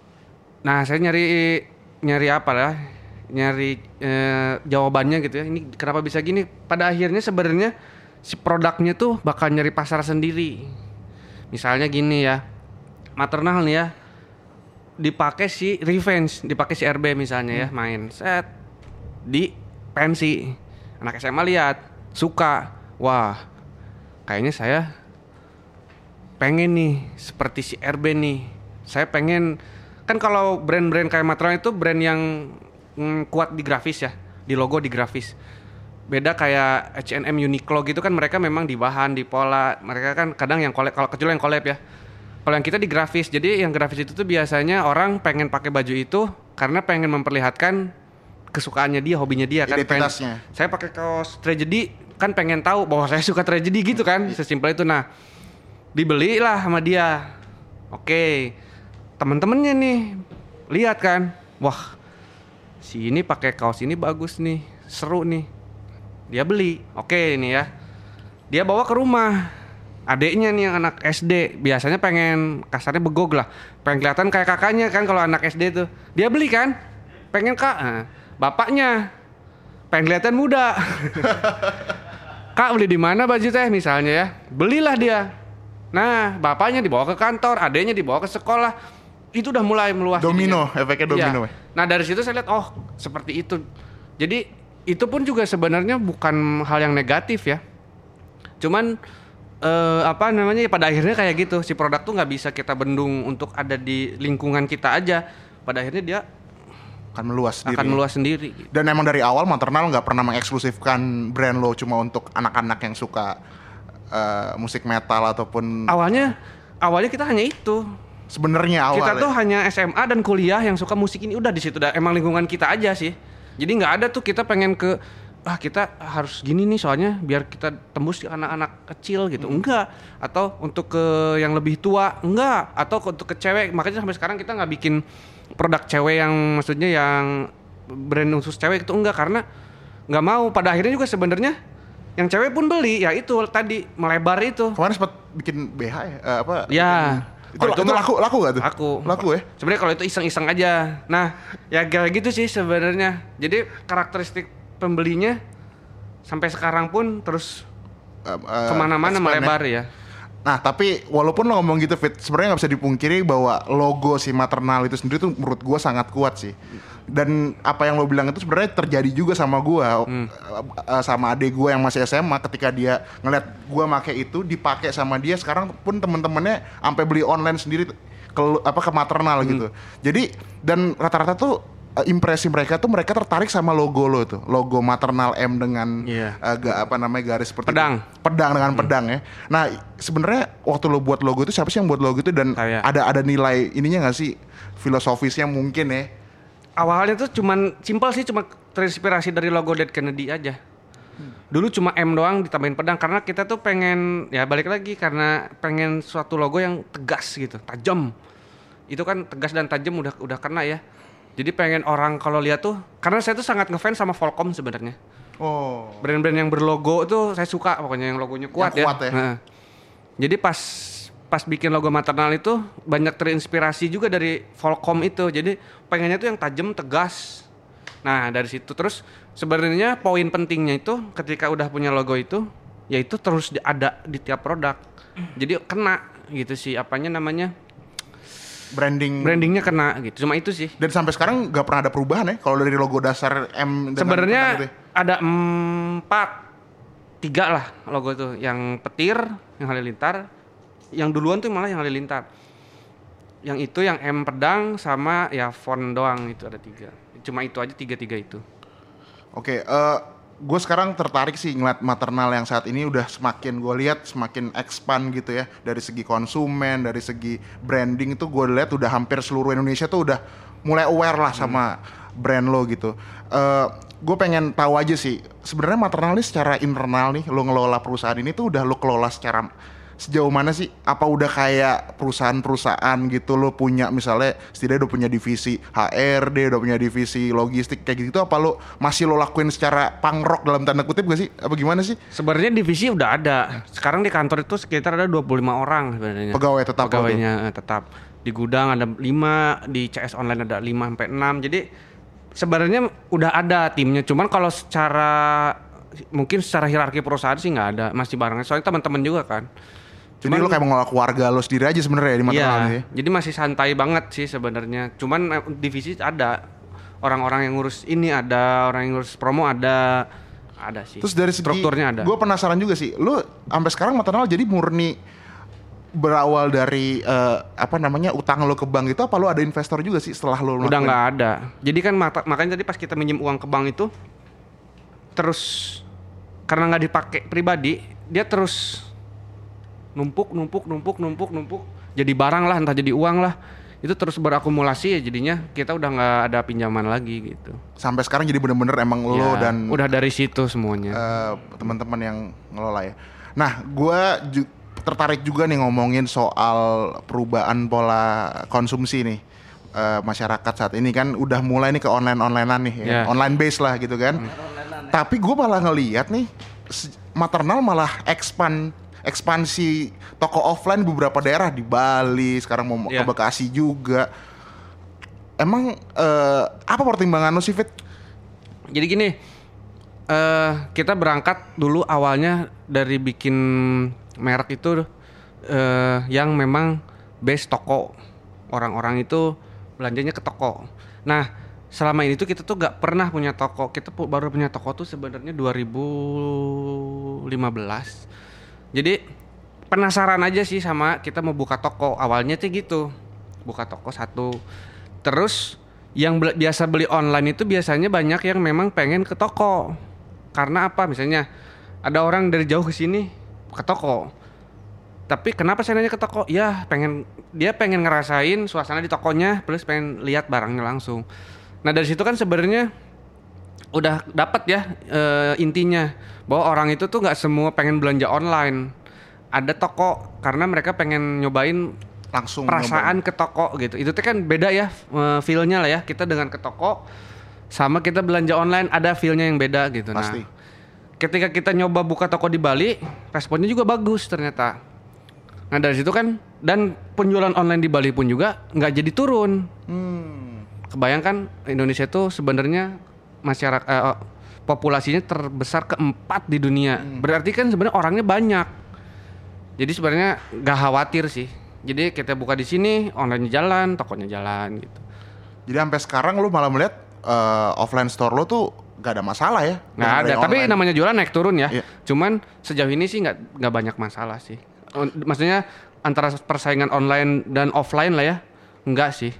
Nah, saya nyari nyari apa lah? Nyari eh, jawabannya gitu ya. Ini kenapa bisa gini? Pada akhirnya sebenarnya si produknya tuh bakal nyari pasar sendiri. Misalnya gini ya. Maternal nih ya. Dipakai si Revenge, dipakai si R B misalnya hmm. ya, main set di pensi. Anak S M A lihat, suka. Wah, kayaknya saya pengen nih seperti si R B nih. Saya pengen, kan kalau brand-brand kayak Maternal itu brand yang mm, kuat di grafis ya, di logo, di grafis. Beda kayak H and M, Uniqlo gitu kan, mereka memang di bahan, di pola. Mereka kan kadang yang collab, kalau kecuali yang collab ya. Kalau yang kita di grafis, jadi yang grafis itu tuh biasanya orang pengen pakai baju itu karena pengen memperlihatkan kesukaannya dia, hobinya dia kan. Identitasnya. Pengen, saya pakai kaos tragedy kan pengen tahu bahwa saya suka tragedy gitu kan, sesimpel itu. Nah, dibelilah sama dia. Oke, temen-temennya nih lihat kan, wah si ini pakai kaos ini bagus nih, seru nih, dia beli. Oke ini ya, dia bawa ke rumah. Adeknya nih yang anak S D biasanya pengen kasarnya begog lah, pengen kelihatan kayak kakaknya kan kalau anak S D tuh. Dia beli kan, pengen kak. Nah, bapaknya pengen kelihatan muda. Kak beli di mana baju teh misalnya ya, belilah dia. Nah bapaknya dibawa ke kantor, adeknya dibawa ke sekolah. Itu udah mulai meluas. Domino, jadinya. Efeknya domino. Ya. Nah dari situ saya lihat, oh seperti itu. Jadi itu pun juga sebenarnya bukan hal yang negatif ya. Cuman eh, apa namanya pada akhirnya kayak gitu, si produk tuh nggak bisa kita bendung untuk ada di lingkungan kita aja. Pada akhirnya dia akan meluas sendiri. Akan meluas sendiri. Gitu. Dan emang dari awal Maternal nggak pernah mengeksklusifkan brand lo cuma untuk anak-anak yang suka uh, musik metal ataupun. Awalnya, awalnya kita hanya itu. Sebenarnya awal. Kita tuh hanya S M A dan kuliah yang suka musik ini, udah di situ. Emang lingkungan kita aja sih. Jadi nggak ada tuh kita pengen ke ah kita harus gini nih soalnya biar kita tembus di anak-anak kecil gitu. Hmm. Enggak. Atau untuk ke yang lebih tua, enggak. Atau untuk ke cewek. Makanya sampai sekarang kita nggak bikin produk cewek yang maksudnya yang brand khusus cewek itu enggak, karena nggak mau. Pada akhirnya juga sebenarnya yang cewek pun beli, ya itu tadi melebar itu. Kemarin sempat bikin B H ya, uh, apa? Ya. Itu, itu, itu laku laku gak tuh? Laku. Laku ya? Sebenarnya kalau itu iseng-iseng aja. Nah, ya kayak gitu sih sebenarnya. Jadi karakteristik pembelinya sampai sekarang pun terus uh, uh, kemana-mana melebar ya. ya. Nah tapi walaupun lo ngomong gitu Fit, sebenarnya nggak bisa dipungkiri bahwa logo si Maternal itu sendiri tuh menurut gue sangat kuat sih. Dan apa yang lo bilang itu sebenarnya terjadi juga sama gue, hmm. uh, sama adik gue yang masih S M A, ketika dia ngeliat gue make itu dipakai sama dia, sekarang pun temen-temennya sampai beli online sendiri ke apa ke Maternal hmm. gitu. Jadi dan rata-rata tuh impresi mereka tuh mereka tertarik sama logo lo tuh, logo Maternal M dengan yeah. uh, ga, apa namanya garis seperti pedang, itu. pedang dengan hmm. pedang ya. Nah sebenarnya waktu lo buat logo itu siapa sih yang buat logo itu dan Saya. ada ada nilai ininya nggak sih, filosofisnya mungkin ya? Awalnya tuh cuman simpel sih, cuma terinspirasi dari logo Dead Kennedy aja. Hmm. Dulu cuma M doang ditambahin pedang karena kita tuh pengen ya balik lagi karena pengen suatu logo yang tegas gitu, tajam. Itu kan tegas dan tajam udah udah kena ya. Jadi pengen orang kalau lihat tuh, karena saya tuh sangat ngefans sama Volcom sebenarnya. Oh. Brand-brand yang berlogo tuh saya suka, pokoknya yang logonya kuat yang ya. Kuat ya. Nah, jadi pas pas bikin logo Maternal itu banyak terinspirasi juga dari Volcom itu. Jadi pengennya tuh yang tajam, tegas. Nah dari situ terus sebenarnya poin pentingnya itu ketika udah punya logo itu, yaitu terus ada di tiap produk. Jadi kena gitu sih apanya namanya. Branding brandingnya kena gitu, cuma itu sih. Dan sampai sekarang nggak pernah ada perubahan ya kalau dari logo dasar M. Sebenarnya ada empat, tiga lah logo itu, yang petir, yang halilintar, yang duluan tuh malah yang halilintar, yang itu yang M pedang sama ya font doang itu ada tiga, cuma itu aja tiga tiga itu. Oke, okay, uh, gue sekarang tertarik sih ngeliat Maternal yang saat ini udah semakin gue lihat semakin expand gitu ya, dari segi konsumen, dari segi branding itu gue lihat udah hampir seluruh Indonesia tuh udah mulai aware lah sama hmm. brand lo gitu. Uh, gue pengen tahu aja sih sebenarnya Maternal ini secara internal nih lo ngelola perusahaan ini tuh udah lo kelola secara sejauh mana sih? Apa udah kayak perusahaan-perusahaan gitu lo punya misalnya setidaknya udah punya divisi H R D, udah punya divisi logistik kayak gitu, apa lo masih lo lakuin secara punk rock dalam tanda kutip gak sih? Apa gimana sih? Sebenarnya divisi udah ada. Sekarang di kantor itu sekitar ada dua puluh lima orang sebenarnya. Pegawai tetap. Pegawainya eh, tetap. di gudang ada lima, di C S online ada lima sampai enam. Jadi sebenarnya udah ada timnya, cuman kalau secara mungkin secara hierarki perusahaan sih nggak ada, masih barengan. Soalnya teman-teman juga kan. Jadi lo kayak mengelola keluarga lo sendiri aja sebenarnya di maternal iya, ya. Jadi masih santai banget sih sebenarnya. Cuman eh, divisi ada orang-orang yang ngurus ini, ada orang yang ngurus promo, ada ada sih. Terus dari segi strukturnya ada. Gue penasaran juga sih, lo sampai sekarang maternal jadi murni berawal dari uh, apa namanya utang lo ke bank itu, apa lo ada investor juga sih setelah lo? Udah nggak ada. Jadi kan mata, makanya tadi pas kita minjem uang ke bank itu terus karena nggak dipakai pribadi, dia terus numpuk numpuk numpuk numpuk numpuk jadi barang lah, entah jadi uang lah, itu terus berakumulasi ya, jadinya kita udah nggak ada pinjaman lagi gitu. Sampai sekarang jadi bener-bener emang ya, lo dan udah dari situ semuanya. Uh, teman-teman yang ngelola ya. Nah, gue ju- tertarik juga nih ngomongin soal perubahan pola konsumsi nih uh, masyarakat saat ini kan udah mulai nih ke online-onlinean nih, ya. Yeah. Online base lah gitu kan. Hmm. Tapi gue malah ngelihat nih maternal malah expand ekspansi toko offline beberapa daerah di Bali, sekarang mau yeah. ke Bekasi juga. Emang uh, apa pertimbangan lo sih, Fit? Jadi gini, uh, kita berangkat dulu awalnya dari bikin merek itu uh, yang memang base toko. Orang-orang itu belanjanya ke toko. Nah, selama ini tuh kita tuh gak pernah punya toko. Kita pu- baru punya toko tuh sebenarnya dua ribu lima belas. Jadi penasaran aja sih sama kita mau buka toko. Awalnya tuh gitu, buka toko satu. Terus yang be- biasa beli online itu biasanya banyak yang memang pengen ke toko. Karena apa? Misalnya ada orang dari jauh ke sini ke toko. Tapi kenapa saya nanya ke toko? Ya pengen, dia pengen ngerasain suasana di tokonya, plus pengen lihat barangnya langsung. Nah dari situ kan sebenarnya udah dapat ya e, intinya bahwa orang itu tuh nggak semua pengen belanja online, ada toko karena mereka pengen nyobain langsung perasaan nyobain ke toko gitu. Itu tuh kan beda ya e, feel-nya lah ya, kita dengan ke toko sama kita belanja online ada feel-nya yang beda gitu. Pasti. Nah ketika kita nyoba buka toko di Bali, responnya juga bagus ternyata. Nah dari situ kan, dan penjualan online di Bali pun juga nggak jadi turun. Hmm. Kebayangkan Indonesia tuh sebenarnya masyarakat eh, populasinya terbesar keempat di dunia. Hmm. Berarti kan sebenarnya orangnya banyak. Jadi sebenarnya nggak khawatir sih. Jadi kita buka di sini, online jalan, tokonya jalan gitu. Jadi sampai sekarang lu malah melihat uh, offline store lo tuh gak ada masalah ya? Nggak ada. Tapi online. namanya jualan naik turun ya. Iya. Cuman sejauh ini sih nggak nggak banyak masalah sih. Maksudnya antara persaingan online dan offline lah ya, enggak sih.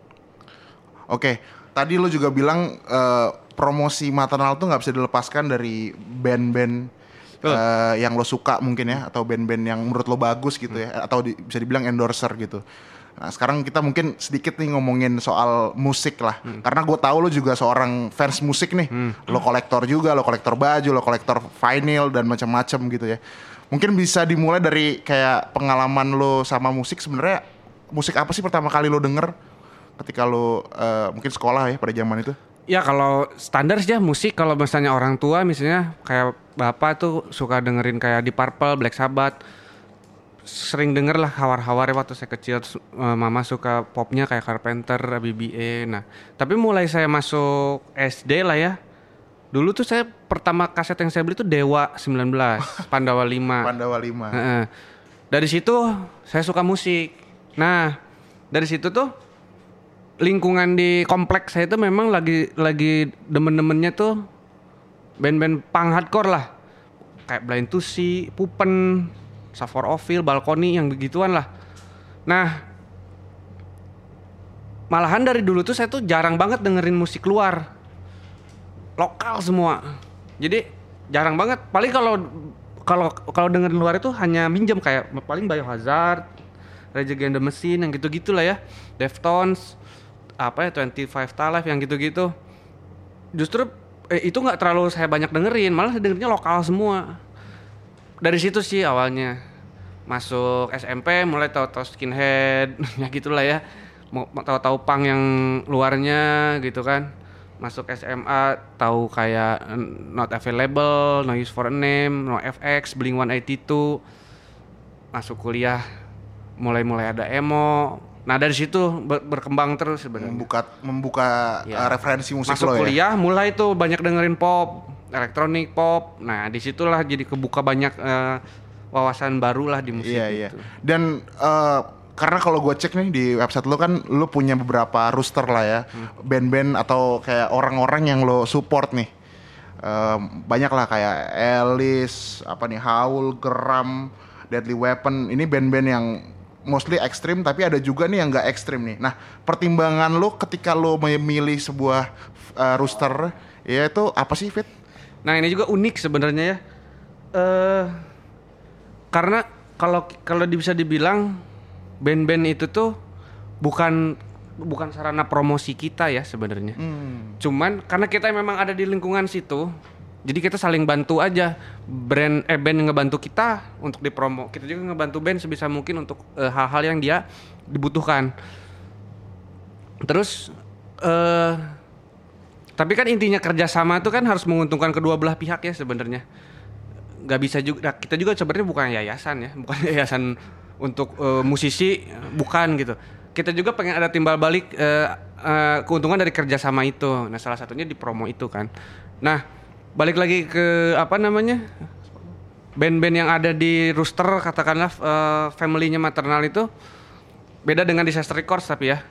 Oke, tadi lo juga bilang uh, promosi maternal tuh nggak bisa dilepaskan dari band-band uh, yang lo suka mungkin ya, atau band-band yang menurut lo bagus gitu ya, atau di, bisa dibilang endorser gitu. Nah sekarang kita mungkin sedikit nih ngomongin soal musik lah, hmm. karena gue tahu lo juga seorang fans musik nih, hmm. lo kolektor juga, lo kolektor baju, lo kolektor vinyl dan macam-macam gitu ya. Mungkin bisa dimulai dari kayak pengalaman lo sama musik. Sebenarnya musik apa sih pertama kali lo denger ketika lo uh, mungkin sekolah ya pada zaman itu? Ya kalau standar sih ya musik, kalau misalnya orang tua misalnya kayak bapak tuh suka dengerin kayak Deep Purple, Black Sabbath, sering denger lah hawar-hawar waktu saya kecil. uh, Mama suka popnya kayak Carpenter, B B A. Nah tapi mulai saya masuk S D lah ya, dulu tuh saya pertama kaset yang saya beli tuh Dewa sembilan belas, Pandawa lima. Pandawa lima. Heeh. Dari situ saya suka musik. Nah, dari situ tuh lingkungan di kompleks saya itu memang lagi lagi demen-demennya tuh band-band punk hardcore lah. Kayak Blind to See, Pupen, Savor Ovil, Balkoni, yang begituan lah. Nah, malahan dari dulu tuh saya tuh jarang banget dengerin musik luar. Lokal semua. Jadi jarang banget. Paling kalau kalau kalau dengerin luar itu hanya minjem kayak paling Biohazard, Rage Against the Machine yang gitu-gitu lah ya. Deftones, apa ya twenty-five Ta Life yang gitu-gitu. Justru eh, itu enggak terlalu saya banyak dengerin, malah saya dengerinnya lokal semua. Dari situ sih awalnya. Masuk S M P mulai tahu-tahu Skinhead, ya gitulah ya. Mau tahu-tahu punk yang luarnya gitu kan. Masuk S M A tahu kayak Not Available, No Use for a Name, No F X, Blink one eighty-two. Masuk kuliah mulai-mulai ada emo, Nah dari situ ber- berkembang terus sebenarnya. Membuka membuka Ya. uh, referensi musik Masuk lo ya. kuliah mulai tuh banyak dengerin pop, elektronik pop. Nah disitulah jadi kebuka banyak eh, wawasan baru lah di musik. Iya iya. gitu. Dan uh, karena kalau gue cek nih di website lo kan lo punya beberapa roster lah ya, Hmm. band-band atau kayak orang-orang yang lo support nih. Um, banyak lah kayak Alice, apa nih, Howl, Geram, Deadly Weapon. Ini band-band yang mostly ekstrim, tapi ada juga nih yang nggak ekstrim nih. Nah, pertimbangan lo ketika lo memilih sebuah uh, roster, ya itu apa sih, Fit? Nah ini juga unik sebenarnya ya. Eh karena kalau kalau bisa dibilang band-band itu tuh bukan bukan sarana promosi kita ya sebenarnya. Hmm. Cuman karena kita memang ada di lingkungan situ, jadi kita saling bantu aja. Brand eh band yang ngebantu kita untuk dipromo, kita juga ngebantu band sebisa mungkin untuk eh, hal-hal yang dia dibutuhkan. Terus eh tapi kan intinya kerjasama itu kan harus menguntungkan kedua belah pihak ya sebenarnya. Nggak bisa juga, nah, kita juga sebenarnya bukan yayasan ya, bukan yayasan untuk eh, musisi, bukan gitu. Kita juga pengen ada timbal balik eh, eh, keuntungan dari kerjasama itu. Nah salah satunya di promo itu kan. Nah balik lagi ke apa namanya, band-band yang ada di roster katakanlah uh, family-nya Maternal itu beda dengan Disaster Records tapi ya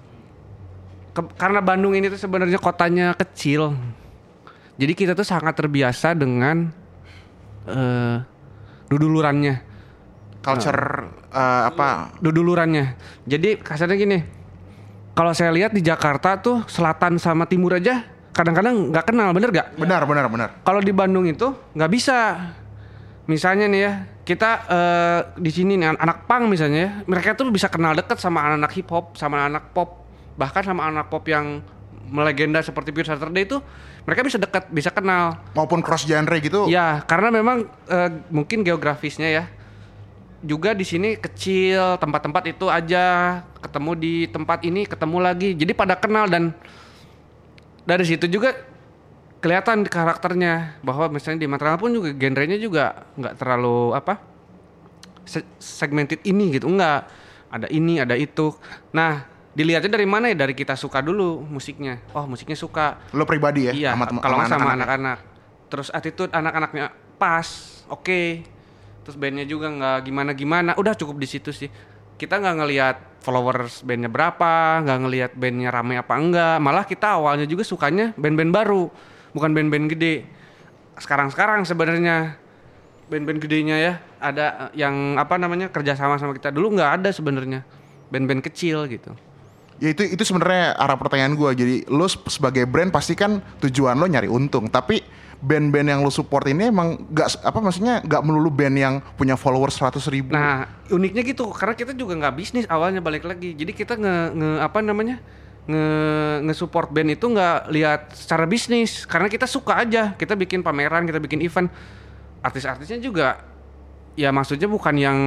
Ke- karena Bandung ini tuh sebenarnya kotanya kecil, jadi kita tuh sangat terbiasa dengan uh, dudulurannya Culture uh, apa? dudulurannya. Jadi kasarnya gini, kalau saya lihat di Jakarta tuh selatan sama timur aja kadang-kadang nggak kenal, bener gak? Benar, benar, benar. Kalau di Bandung itu nggak bisa. Misalnya nih ya, kita uh, di sini nih anak punk misalnya ya, mereka tuh bisa kenal deket sama anak-anak hip hop, sama anak pop, bahkan sama anak pop yang melegenda seperti Pure Saturday itu mereka bisa dekat, bisa kenal. Maupun cross genre gitu. Ya, karena memang uh, mungkin geografisnya ya. Juga di sini kecil, tempat-tempat itu aja, ketemu di tempat ini, ketemu lagi. Jadi pada kenal dan dari situ juga kelihatan karakternya, bahwa misalnya di Maternal pun juga genrenya juga nggak terlalu apa se- segmented ini gitu, enggak, ada ini ada itu. Nah dilihatnya dari mana ya, dari kita suka dulu musiknya. Oh musiknya suka, Lo pribadi ya? iya, sama tem- kalau nggak sama anak-anak. anak-anak, terus attitude anak-anaknya pas, oke, terus bandnya juga nggak gimana-gimana, udah cukup di situ sih. Kita nggak ngelihat followers bandnya berapa, nggak ngelihat bandnya rame apa enggak. Malah kita awalnya juga sukanya band-band baru, bukan band-band gede. Sekarang-sekarang sebenarnya band-band gedenya ya ada yang apa namanya kerjasama sama kita. Dulu nggak ada sebenarnya, band-band kecil gitu. Ya itu itu sebenarnya arah pertanyaan gue. Jadi lo sebagai brand pasti kan tujuan lo nyari untung, tapi band-band yang lo support ini emang gak, apa maksudnya gak melulu band yang punya followers seratus ribu. Nah uniknya gitu, karena kita juga nggak bisnis awalnya, balik lagi. Jadi kita nge, nge apa namanya nge nge-support band itu nggak lihat secara bisnis, karena kita suka aja. Kita bikin pameran, kita bikin event. Artis-artisnya juga ya maksudnya bukan yang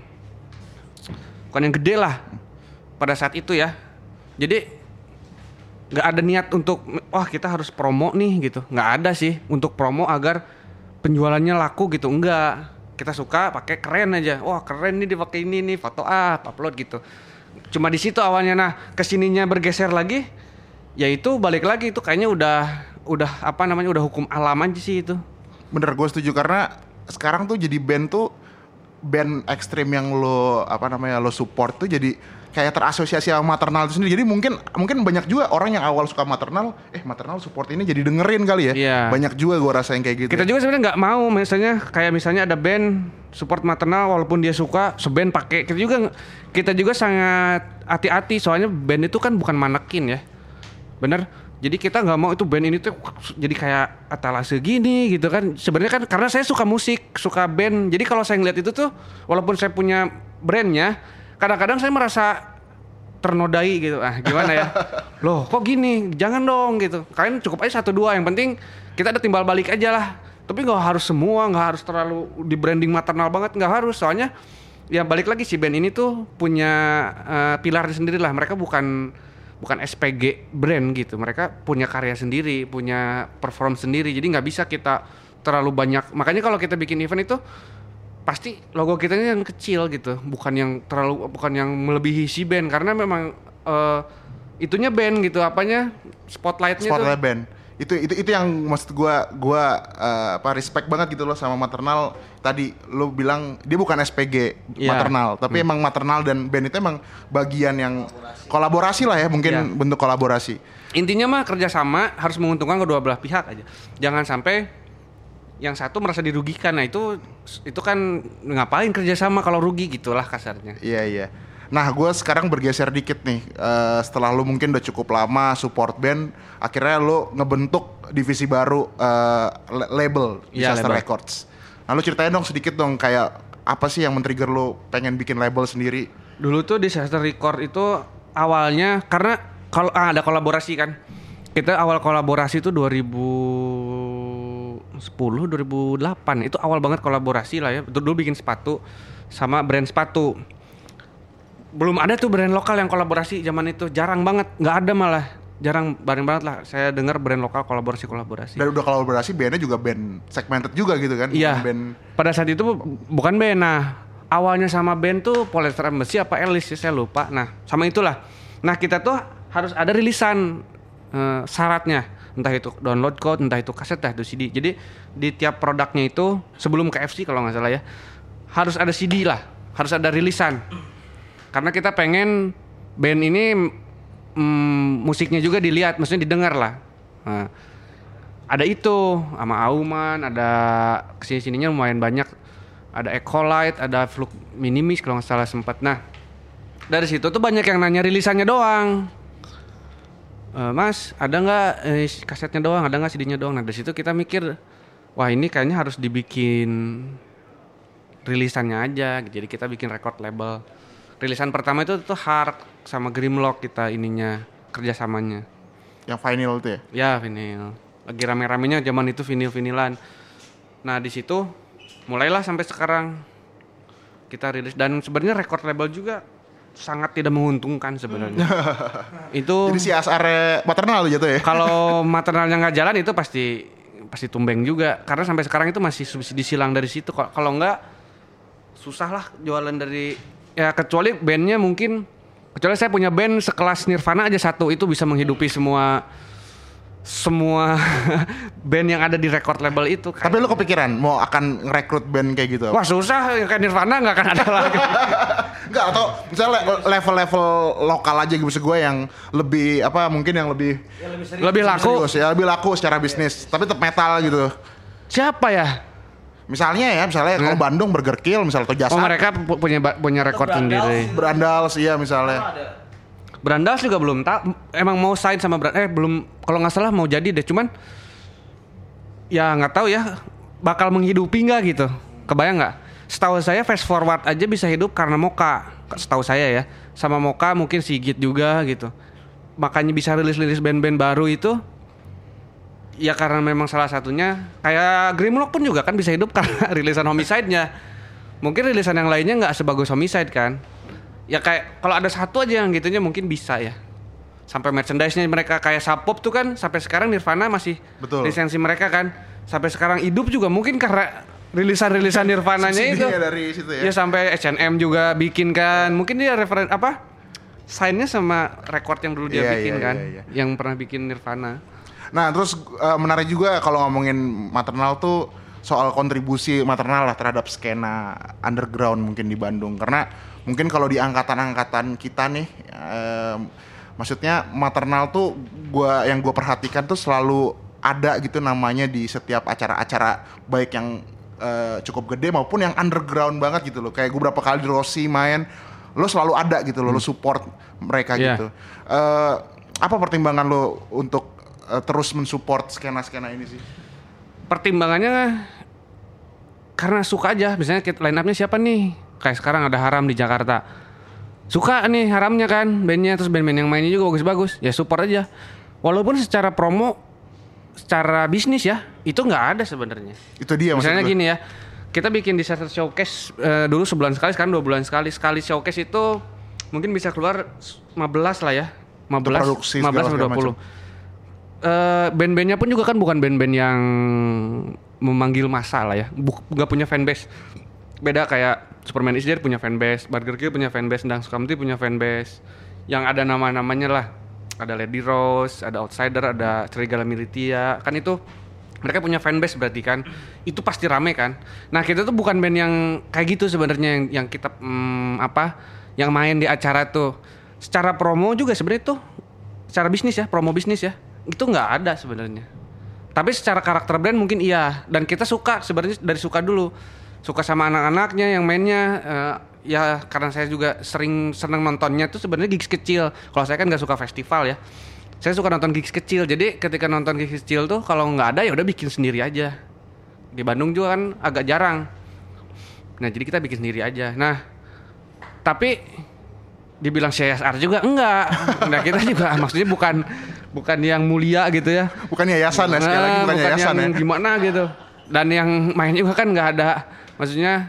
bukan yang gede lah pada saat itu ya. Jadi nggak ada niat untuk wah kita harus promo nih gitu, nggak ada sih untuk promo agar penjualannya laku gitu, enggak. Kita suka pakai keren aja, wah keren nih dipakai ini nih, foto up upload gitu. Cuma di situ awalnya. Nah kesininya bergeser lagi, yaitu balik lagi itu kayaknya udah udah apa namanya udah hukum alam aja sih itu. Bener, gue setuju karena sekarang tuh jadi band tuh band ekstrim yang lo apa namanya lo support tuh jadi kayak terasosiasi sama Maternal itu sendiri. Jadi mungkin mungkin banyak juga orang yang awal suka Maternal, eh Maternal support ini jadi dengerin kali ya. Iya. Banyak juga gue rasain kayak gitu. Kita juga sebenarnya nggak mau, misalnya kayak misalnya ada band support Maternal walaupun dia suka seband pakai, kita juga kita juga sangat hati-hati, soalnya band itu kan bukan manekin ya, bener. Jadi kita nggak mau itu band ini tuh jadi kayak etalase gini gitu kan. Sebenarnya kan karena saya suka musik, suka band. Jadi kalau saya ngeliat itu tuh, walaupun saya punya brandnya, kadang-kadang saya merasa ternodai gitu. Ah gimana ya? Loh kok gini? Jangan dong gitu. Kalian cukup aja satu dua. Yang penting kita ada timbal balik aja lah. Tapi nggak harus semua, nggak harus terlalu di branding Maternal banget, nggak harus. Soalnya ya balik lagi si band ini tuh punya uh, pilarnya sendiri lah. Mereka bukan bukan S P G brand gitu. Mereka punya karya sendiri, punya perform sendiri. Jadi nggak bisa kita terlalu banyak. Makanya kalau kita bikin event itu pasti logo kita ini yang kecil gitu, bukan yang terlalu bukan yang melebihi si band karena memang uh, itunya band gitu, apanya spotlightnya Spotlight tuh. band. Itu itu itu yang maksud gua gua uh, apa respect banget gitu loh sama Maternal. Tadi lu bilang dia bukan S P G Yeah. Maternal, tapi Hmm. emang Maternal dan band itu emang bagian yang kolaborasi, kolaborasi lah ya, mungkin Yeah. bentuk kolaborasi. Intinya mah kerjasama harus menguntungkan kedua belah pihak aja. Jangan sampai yang satu merasa dirugikan. Nah itu itu kan ngapain kerjasama kalau rugi gitulah kasarnya. Iya iya. Nah gue sekarang bergeser dikit nih. Uh, setelah lu mungkin udah cukup lama support band, akhirnya lu ngebentuk divisi baru uh, la- label Iya, Disaster label. Records. Nah lu ceritain dong sedikit dong kayak apa sih yang men-trigger lu pengen bikin label sendiri? Dulu tuh Disaster Record itu awalnya karena kalau ah, ada kolaborasi kan. Kita awal kolaborasi itu dua ribu sepuluh dua ribu delapan itu awal banget kolaborasi lah ya. Dulu bikin sepatu sama brand sepatu. Belum ada tuh brand lokal yang kolaborasi zaman itu, jarang banget, nggak ada malah, jarang bareng banget lah. Saya dengar brand lokal kolaborasi kolaborasi. Dan udah kolaborasi bandnya juga band segmented juga gitu kan? Iya. Bukan band. Pada saat itu bukan band. Nah, awalnya sama band tuh Polyester Embassy apa Alice saya lupa. Nah, sama itulah. Nah, kita tuh harus ada rilisan eh, syaratnya. Entah itu download code, entah itu kaset, entah itu C D. Jadi di tiap produknya itu sebelum K F C kalau nggak salah ya, harus ada C D lah, harus ada rilisan. Karena kita pengen band ini mm, musiknya juga dilihat, maksudnya didengar lah. Nah, ada itu sama Auman, ada kesini-sininya lumayan banyak. Ada Ecolite, ada Flux Minimis kalau nggak salah sempat. Nah, dari situ tuh banyak yang nanya rilisannya doang. E, Mas, ada nggak eh, kasetnya doang, ada nggak C D-nya doang? Nah, dari situ kita mikir, wah ini kayaknya harus dibikin rilisannya aja. Jadi kita bikin record label. Rilisan pertama itu tuh Hard sama Grimlock kita ininya kerjasamanya. Yang vinyl itu ya? Ya vinyl. Lagi rame-ramenya zaman itu vinyl-vinilan. Nah di situ mulailah sampai sekarang kita rilis dan sebenarnya record label juga sangat tidak menguntungkan sebenarnya. Itu Jadi si Asar Maternal tuh jatuh ya? kalau maternalnya nggak jalan itu pasti pasti tumbeng juga karena sampai sekarang itu masih subsidi silang dari situ. Kalau nggak susah lah jualan dari ya kecuali bandnya mungkin kecuali saya punya band sekelas Nirvana aja satu itu bisa menghidupi semua semua band yang ada di record label itu. Tapi lu kepikiran mau akan ngerekrut band kayak gitu? Wah susah yang kayak Nirvana nggak akan ada lagi. Enggak, atau misalnya level-level lokal aja gitu gue yang lebih apa mungkin yang lebih Lebih laku. serius, ya lebih laku secara bisnis tapi tetap metal gitu. Siapa ya? Misalnya ya, misalnya kalau Bandung Burger Kill misalnya atau Jasa Oh mereka pu- punya ba- punya record sendiri. Berandals iya misalnya. Brandals juga belum tahu. Emang mau sign sama brand eh belum kalau nggak salah mau jadi deh. Cuman ya nggak tahu ya bakal menghidupi nggak gitu. Kebayang nggak? Setahu saya Fast Forward aja bisa hidup karena Moka. Setahu saya ya. Sama Moka mungkin Sigit juga gitu. Makanya bisa rilis-rilis band-band baru itu. Ya karena memang salah satunya kayak Grimlock pun juga kan bisa hidup karena rilisan Homicide-nya. Mungkin rilisan yang lainnya nggak sebagus Homicide kan. Ya kayak kalau ada satu aja yang gitunya mungkin bisa ya. Sampai merchandise-nya mereka kayak Sapop tuh kan sampai sekarang Nirvana masih Betul. lisensi mereka kan. Sampai sekarang hidup juga mungkin karena rilisan-rilisan Nirvananya itu. Subsidinya dari situ ya. Ya sampai H and M juga bikin kan. Mungkin dia referen apa? Sign-nya sama record yang dulu dia Iya, bikin iya, kan. iya, iya. Yang pernah bikin Nirvana. Nah terus uh, menarik juga kalau ngomongin Maternal tuh soal kontribusi Maternal lah terhadap skena underground mungkin di Bandung. Karena mungkin kalau di angkatan-angkatan kita nih, um, maksudnya Maternal tuh gua yang gue perhatikan tuh selalu ada gitu namanya di setiap acara-acara baik yang uh, cukup gede maupun yang underground banget gitu loh. Kayak gue berapa kali di Rossi main, lo selalu ada gitu loh, lo support mereka Yeah. gitu. Uh, apa pertimbangan lo untuk uh, terus mensupport skena-skena ini sih? Pertimbangannya karena suka aja. Misalnya kita line up-nya siapa nih? Kayak sekarang ada Haram di Jakarta. Suka nih Haramnya kan, bandnya, terus band-band yang mainnya juga bagus-bagus. Ya support aja. Walaupun secara promo, secara bisnis ya, itu nggak ada sebenarnya. Itu dia Misalnya maksud gue. gini ya, kita bikin Disaster Showcase uh, dulu sebulan sekali, sekarang dua bulan sekali. Sekali showcase itu mungkin bisa keluar lima belas lah ya. lima belas, produksi lima belas segala sampai dua puluh. Uh, band-bandnya pun juga kan bukan band-band yang memanggil massa lah ya, Buk- gak punya fanbase beda kayak Superman is Dead punya fanbase, Burger Kill punya fanbase, Dang Sukamti punya fanbase. Yang ada nama-namanya lah. Ada Lady Rose, ada Outsider, ada Serigala Militia. Kan itu mereka punya fanbase berarti kan. Itu pasti rame kan. Nah, kita tuh bukan band yang kayak gitu sebenarnya yang yang kita hmm, apa? Yang main di acara tuh. Secara promo juga sebenarnya tuh secara bisnis ya, promo bisnis ya. Itu nggak ada sebenarnya. Tapi secara karakter brand mungkin iya, dan kita suka sebenarnya dari suka dulu. Suka sama anak-anaknya yang mainnya uh, ya karena saya juga sering seneng nontonnya tuh sebenarnya gigs kecil. Kalau saya kan nggak suka festival ya. Saya suka nonton gigs kecil. Jadi ketika nonton gigs kecil tuh kalau nggak ada ya udah bikin sendiri aja. Di Bandung juga kan agak jarang. Nah, jadi kita bikin sendiri aja. Nah, tapi dibilang C S R juga enggak. Nah, kita juga maksudnya bukan bukan yang mulia gitu ya. Bukan yayasan ya, sekali lagi bukan, bukan yayasan yang ya. Gimana gitu. Dan yang main juga kan nggak ada, maksudnya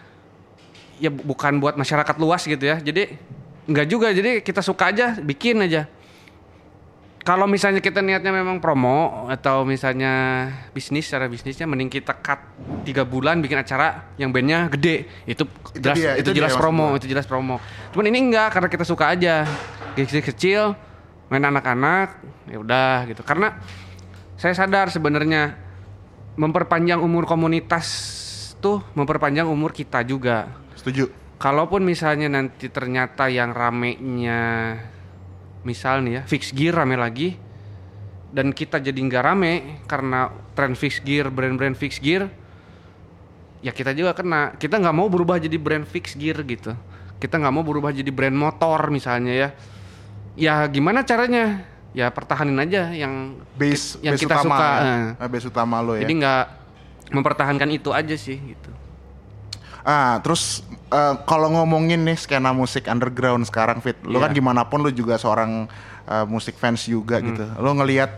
ya bukan buat masyarakat luas gitu ya. Jadi nggak juga. Jadi kita suka aja, bikin aja. Kalau misalnya kita niatnya memang promo atau misalnya bisnis, secara bisnisnya mending kita cut tiga bulan bikin acara yang bandnya gede. Itu, Itu jelas dia, itu, itu jelas dia promo, maksud itu jelas promo. Cuman ini enggak, karena kita suka aja. Gigs kecil, main anak-anak, ya udah gitu. Karena saya sadar sebenarnya memperpanjang umur komunitas tuh memperpanjang umur kita juga. Setuju. Kalaupun misalnya nanti ternyata yang ramenya misal nih ya fix gear rame lagi dan kita jadi nggak rame karena tren fix gear, brand-brand fix gear, ya kita juga kena. Kita nggak mau berubah jadi brand fix gear gitu. Kita nggak mau berubah jadi brand motor misalnya ya. Ya gimana caranya? Ya pertahanin aja yang Base, yang base kita utama, suka. ya. Eh. Base utama lo ya. Jadi nggak mempertahankan itu aja sih gitu. Ah, terus uh, kalau ngomongin nih skena musik underground sekarang, Fit, lo Iya. kan gimana pun lo juga seorang uh, musik fans juga Hmm. gitu. Lo ngelihat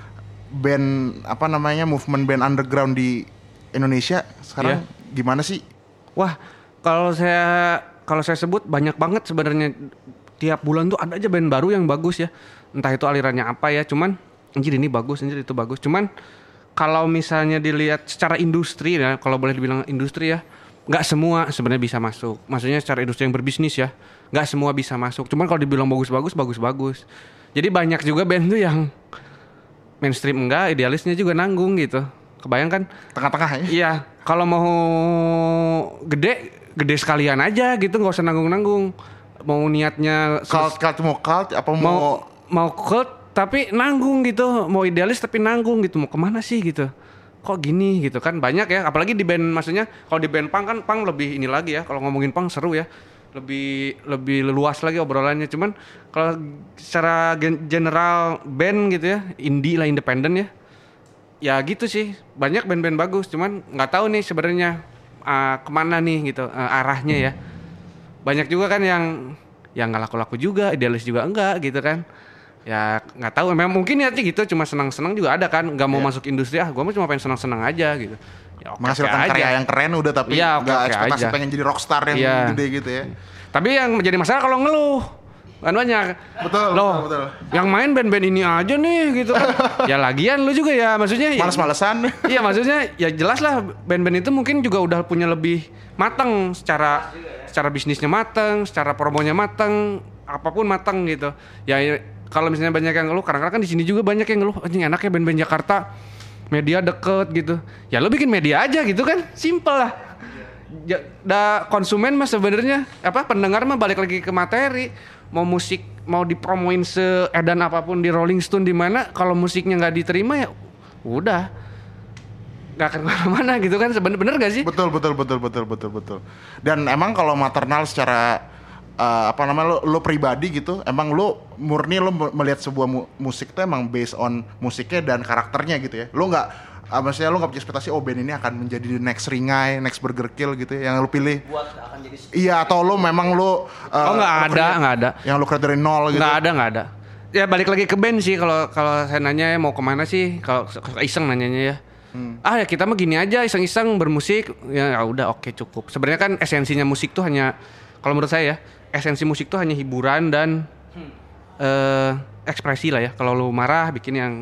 band apa namanya movement band underground di Indonesia sekarang gimana sih? Wah, kalau saya kalau saya sebut banyak banget sebenarnya. Tiap bulan tuh ada aja band baru yang bagus ya. Entah itu alirannya apa ya, cuman anjir ini bagus, anjir itu bagus. Cuman kalau misalnya dilihat secara industri ya, kalau boleh dibilang industri ya, nggak semua sebenarnya bisa masuk. Maksudnya secara industri yang berbisnis ya, nggak semua bisa masuk. Cuman kalau dibilang bagus-bagus, bagus-bagus. Jadi banyak juga band tuh yang mainstream enggak, idealisnya juga nanggung gitu. Kebayang kan? Tengah-tengah ya? Iya, kalau mau gede, gede sekalian aja gitu, nggak usah nanggung-nanggung. Mau niatnya Cult, cult mau cult apa mau, mau mau cult tapi nanggung gitu, mau idealis tapi nanggung gitu, mau kemana sih gitu? Kok gini gitu kan banyak ya, apalagi di band, maksudnya kalau di band punk kan punk lebih ini lagi ya, kalau ngomongin punk seru ya, lebih lebih luas lagi obrolannya. Cuman kalau secara gen- general band gitu ya, indie lah, independen ya, ya gitu sih, banyak band-band bagus, cuman nggak tahu nih sebenarnya uh, kemana nih gitu uh, arahnya ya. Banyak juga kan yang yang nggak laku-laku juga, idealis juga enggak gitu kan. Ya nggak tahu, memang mungkin niatnya gitu, cuma senang-senang juga ada kan, nggak mau Yeah. masuk industri, ah gue mah cuma pengen senang-senang aja gitu. Ya, oke, menghasilkan oke karya aja. yang keren udah, tapi Iya, nggak oke-oke ekspektasi aja. pengen jadi rockstar yang Iya. gede gitu ya. Tapi yang menjadi masalah kalau ngeluh kan banyak. Betul, Loh, betul, betul. yang main band-band ini aja nih gitu kan. Ya lagian lu juga ya, maksudnya ya- Males-malesan. Iya, maksudnya ya jelas lah band-band itu mungkin juga udah punya lebih matang secara secara bisnisnya matang, secara promonya matang, apapun matang gitu. Ya, ya kalau misalnya banyak yang ngeluh, kadang-kadang kan di sini juga banyak yang ngeluh, anjing enak ya band-band Jakarta, media deket gitu. Ya lu bikin media aja gitu kan, simple lah. Ya, da konsumen mah sebenarnya apa pendengar mah balik lagi ke materi. Mau musik mau dipromoin seedan apapun di Rolling Stone di mana, kalau musiknya nggak diterima ya udah nggak akan kemana-mana gitu kan. Sebenarnya bener gak sih? Betul, betul, betul, betul, betul, betul. Dan emang kalau maternal secara uh, apa namanya lo, lo pribadi gitu, emang lo murni lo melihat sebuah mu- musik tuh emang based on musiknya dan karakternya gitu ya. Lo nggak, uh, maksudnya lo nggak punya ekspektasi oh band ini akan menjadi the next Ringai, next Burger Kill gitu ya, yang lo pilih. buat akan jadi Iya, atau lo memang lo uh, Oh nggak lo ada, create- nggak ada. yang lo create dari nol gitu. Nggak ada, nggak ada. Ya balik lagi ke band sih, kalau kalau saya nanya ya mau kemana sih, kalau suka iseng nanyanya ya. Hmm. Ah ya kita mah gini aja, iseng-iseng bermusik, ya ya udah oke cukup. Sebenarnya kan esensinya musik tuh hanya, kalau menurut saya ya, esensi musik tuh hanya hiburan dan eh, ekspresi lah ya. Kalau lu marah bikin yang